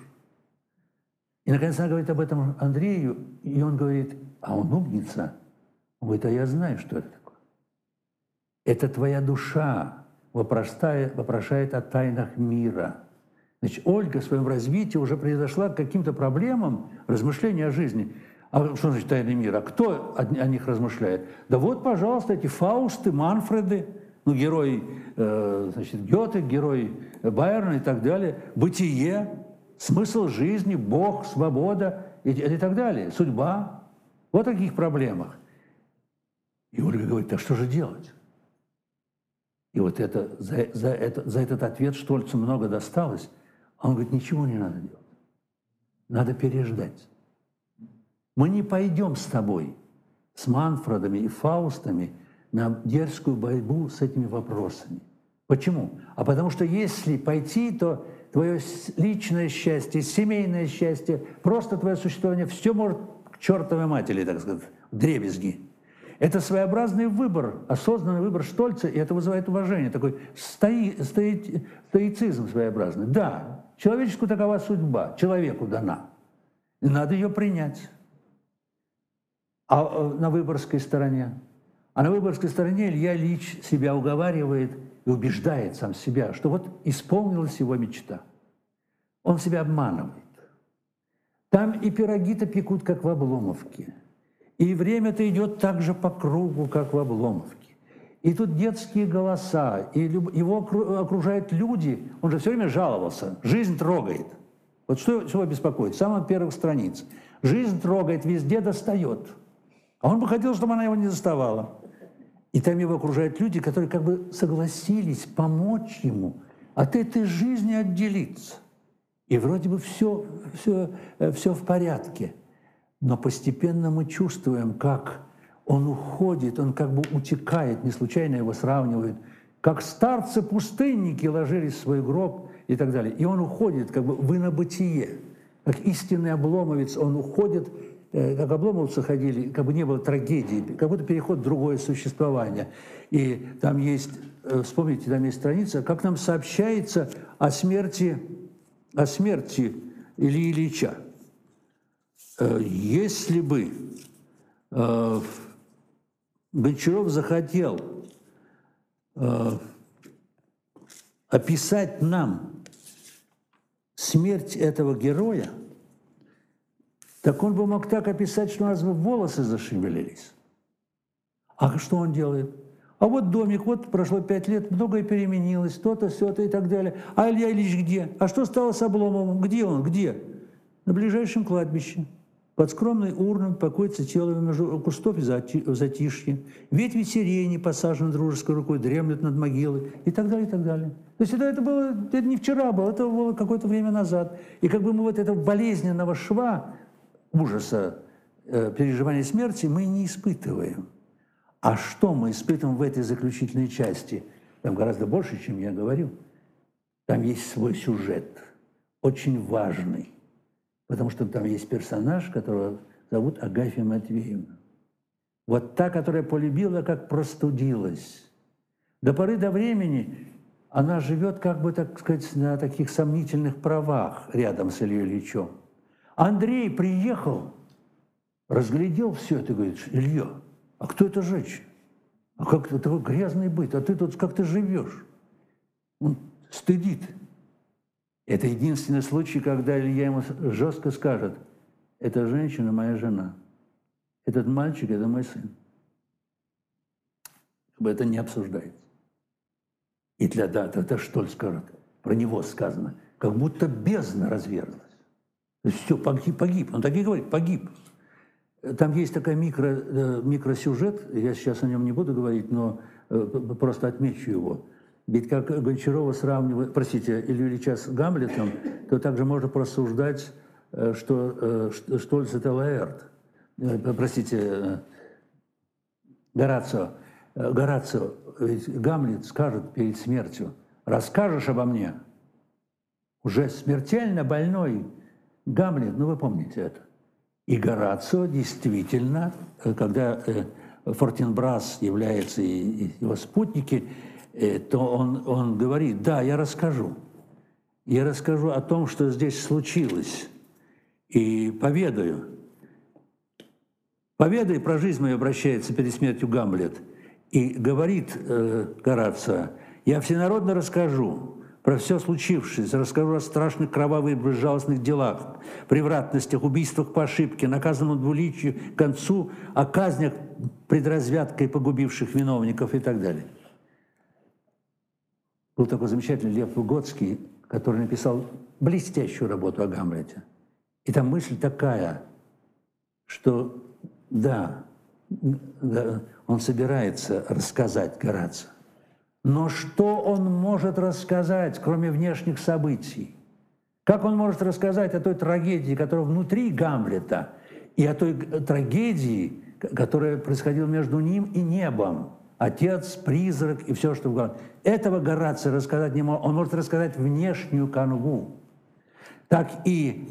И, наконец, она говорит об этом Андрею, и он говорит, а он умница. Он говорит, а я знаю, что это такое. Это твоя душа вопрошает о тайнах мира. Значит, Ольга в своем развитии уже произошла к каким-то проблемам размышления о жизни. А что значит тайны мира? А кто о них размышляет? Да вот, пожалуйста, эти Фаусты, Манфреды, ну, герой значит, Гёте, герой Байрона и так далее, бытие, смысл жизни, Бог, свобода и так далее, судьба. Вот о таких проблемах. И Ольга говорит, а что же делать? И вот за этот ответ Штольцу много досталось. А он говорит, ничего не надо делать. Надо переждать. Мы не пойдем с тобой, с Манфредами и Фаустами, на дерзкую борьбу с этими вопросами. Почему? А потому что если пойти, то твое личное счастье, семейное счастье, просто твое существование, все может к чертовой матери, так сказать, вдребезги. Это своеобразный выбор, осознанный выбор Штольца, и это вызывает уважение, такой стоицизм своеобразный. Да, человеческую такова судьба, человеку дана, и надо ее принять. А на Выборгской стороне? А на Выборгской стороне Илья Ильич себя уговаривает и убеждает сам себя, что вот исполнилась его мечта. Он себя обманывает. Там и пироги-то пекут, как в Обломовке. И время-то идет так же по кругу, как в Обломовке. И тут детские голоса, и его окружают люди. Он же все время жаловался. Жизнь трогает. Вот что его беспокоит? С самых первых страниц. Жизнь трогает, везде достает. А он бы хотел, чтобы она его не доставала. И там его окружают люди, которые как бы согласились помочь ему от этой жизни отделиться. И вроде бы все в порядке. Но постепенно мы чувствуем, как он уходит, он как бы утекает, не случайно его сравнивают, как старцы-пустынники ложились в свой гроб и так далее. И он уходит как бы в инобытие, как истинный обломовец, он уходит, как обломовцы ходили, как бы не было трагедии, как будто переход в другое существование. И там есть, вспомните, там есть страница, как нам сообщается о смерти Ильи Ильича. Если бы Гончаров захотел описать нам смерть этого героя, так он бы мог так описать, что у нас бы волосы зашевелились. А что он делает? А вот домик, вот прошло 5 лет, многое переменилось, то-то, сё-то и так далее. А Илья Ильич где? А что стало с Обломовым? Где он? Где? На ближайшем кладбище. Под скромной урной покоится тело между кустов в затишье. Ветви сирени, посажены дружеской рукой, дремлют над могилой и так далее, и так далее. То есть это не вчера было, это было какое-то время назад. И как бы мы вот этого болезненного шва, ужаса, переживания смерти мы не испытываем. А что мы испытываем в этой заключительной части? Там гораздо больше, чем я говорю. Там есть свой сюжет, очень важный. Потому что там есть персонаж, которого зовут Агафья Матвеевна. Вот та, которая полюбила, как простудилась. До поры до времени она живет, как бы, так сказать, на таких сомнительных правах рядом с Ильей Ильичем. Андрей приехал, разглядел все это и говорит: Илья, а кто эта женщина? А как ты такой грязный быт? А ты тут как ты живешь? Он стыдит. Это единственный случай, когда Илья ему жестко скажет: эта женщина моя жена, этот мальчик – это мой сын. Это не обсуждается. И тогда Штольц скажет, про него сказано, как будто бездна разверзлась. То есть все, погиб. Он так и говорит, погиб. Там есть такой микросюжет, я сейчас о нем не буду говорить, но просто отмечу его. Ведь как Гончарова сравнивает, Илью Ильича с Гамлетом, то также можно просуждать, что Штольц – это Лаэрт. Горацио. Ведь Гамлет скажет перед смертью: расскажешь обо мне? Уже смертельно больной Гамлет, вы помните это. И Горацио действительно, когда Фортинбрас является и его спутники, то он говорит: да, я расскажу. Я расскажу о том, что здесь случилось, и поведаю. Поведай про жизнь мою, обращается перед смертью Гамлет. И говорит Горацио: я всенародно расскажу про все случившееся, расскажу о страшных кровавых и безжалостных делах, превратностях, убийствах по ошибке, наказанном двуличию к концу, о казнях предразвяткой погубивших виновников и так далее. Был такой замечательный Лев Выгодский, который написал блестящую работу о Гамлете. И там мысль такая, что да, он собирается рассказать Горацио. Но что он может рассказать, кроме внешних событий? Как он может рассказать о той трагедии, которая внутри Гамлета, и о той трагедии, которая происходила между ним и небом? Отец, призрак и все, что в Гамлете. Этого Горацио рассказать не может. Он может рассказать внешнюю канву. Так и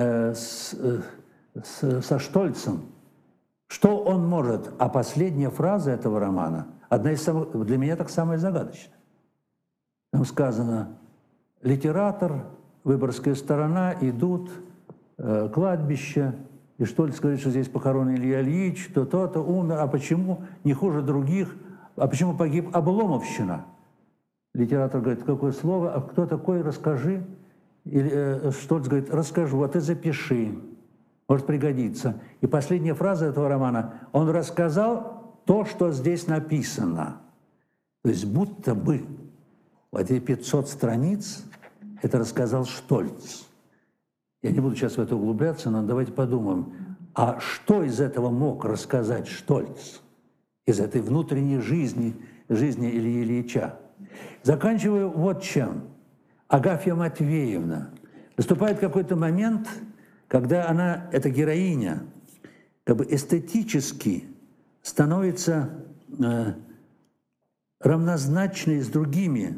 со Штольцем. Что он может? А последняя фраза этого романа, одна из самых, для меня так самая загадочная. Там сказано: литератор, Выборгская сторона, идут, кладбище, и Штольц говорит, что здесь похоронен Илья Ильич, то-то, умер, а почему не хуже других, а почему погиб Обломовщина? Литератор говорит: какое слово, а кто такой, расскажи. И Штольц говорит: расскажу, а ты запиши. Может пригодиться. И последняя фраза этого романа: он рассказал то, что здесь написано. То есть будто бы вот эти 500 страниц это рассказал Штольц. Я не буду сейчас в это углубляться, но давайте подумаем, а что из этого мог рассказать Штольц? Из этой внутренней жизни Ильи Ильича. Заканчиваю вот чем. Агафья Матвеевна. Наступает какой-то момент, когда она, эта героиня, как бы эстетически становится равнозначной с другими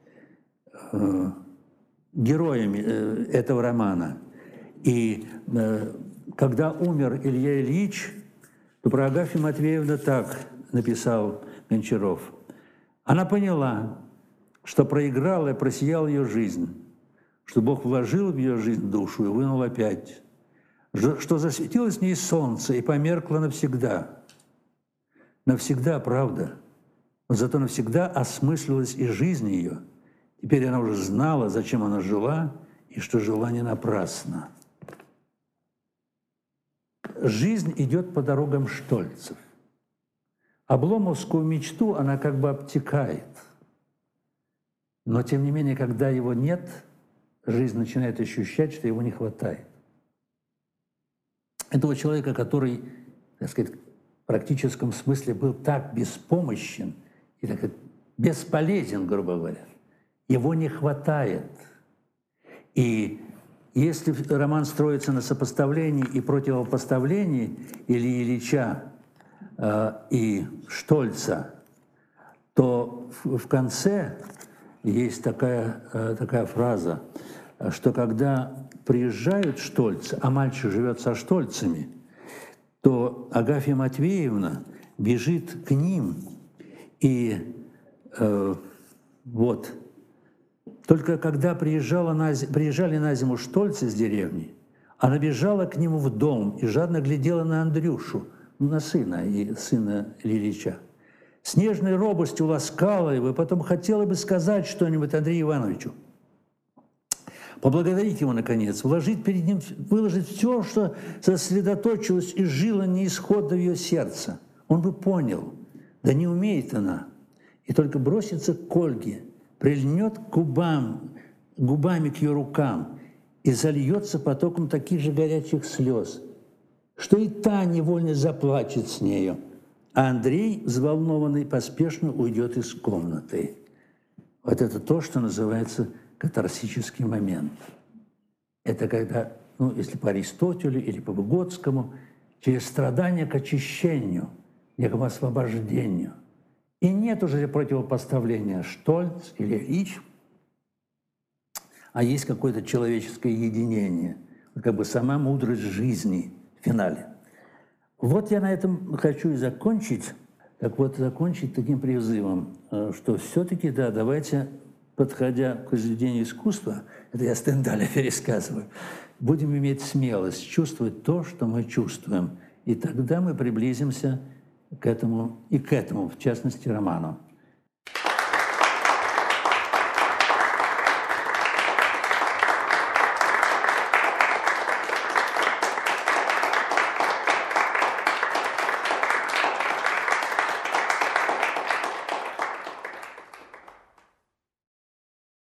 героями этого романа. И когда умер Илья Ильич, то про Агафью Матвеевну так написал Гончаров: она поняла, что проиграла и просияла ее жизнь, что Бог вложил в ее жизнь душу и вынул опять. что засветилось в ней солнце и померкло навсегда. Навсегда, правда. Но зато навсегда осмыслилась и жизнь ее. Теперь она уже знала, зачем она жила, и что жила не напрасно. Жизнь идет по дорогам штольцев. Обломовскую мечту она как бы обтекает. Но, тем не менее, когда его нет, жизнь начинает ощущать, что его не хватает. Этого человека, который, так сказать, в практическом смысле был так беспомощен и так бесполезен, грубо говоря, его не хватает. И если роман строится на сопоставлении и противопоставлении Ильи Ильича и Штольца, то в конце есть такая фраза, что когда приезжают штольцы, а мальчик живет со штольцами, то Агафья Матвеевна бежит к ним, и вот. Только когда приезжали на зиму штольцы с деревни, она бежала к нему в дом и жадно глядела на Андрюшу, на сына Ильича. С нежной робостью ласкала его, и потом хотела бы сказать что-нибудь Андрею Ивановичу. Поблагодарить его, наконец, выложить все, что сосредоточилось и жило неисходно в ее сердце. Он бы понял, да не умеет она, и только бросится к Ольге, прильнет к губами к ее рукам и зальется потоком таких же горячих слез, что и та невольно заплачет с нею, а Андрей, взволнованный, поспешно уйдет из комнаты. Вот это то, что называется катарсический момент. Это когда, если по Аристотелю или по Выгодскому, через страдания к очищению, некому освобождению. И нет уже противопоставления Штольц или Ильич, а есть какое-то человеческое единение, как бы сама мудрость жизни в финале. Вот я на этом хочу и закончить. Так вот, закончить таким призывом, что все-таки, да, давайте, подходя к произведению искусства, это я Стендаля пересказываю, будем иметь смелость чувствовать то, что мы чувствуем. И тогда мы приблизимся к этому, в частности, роману.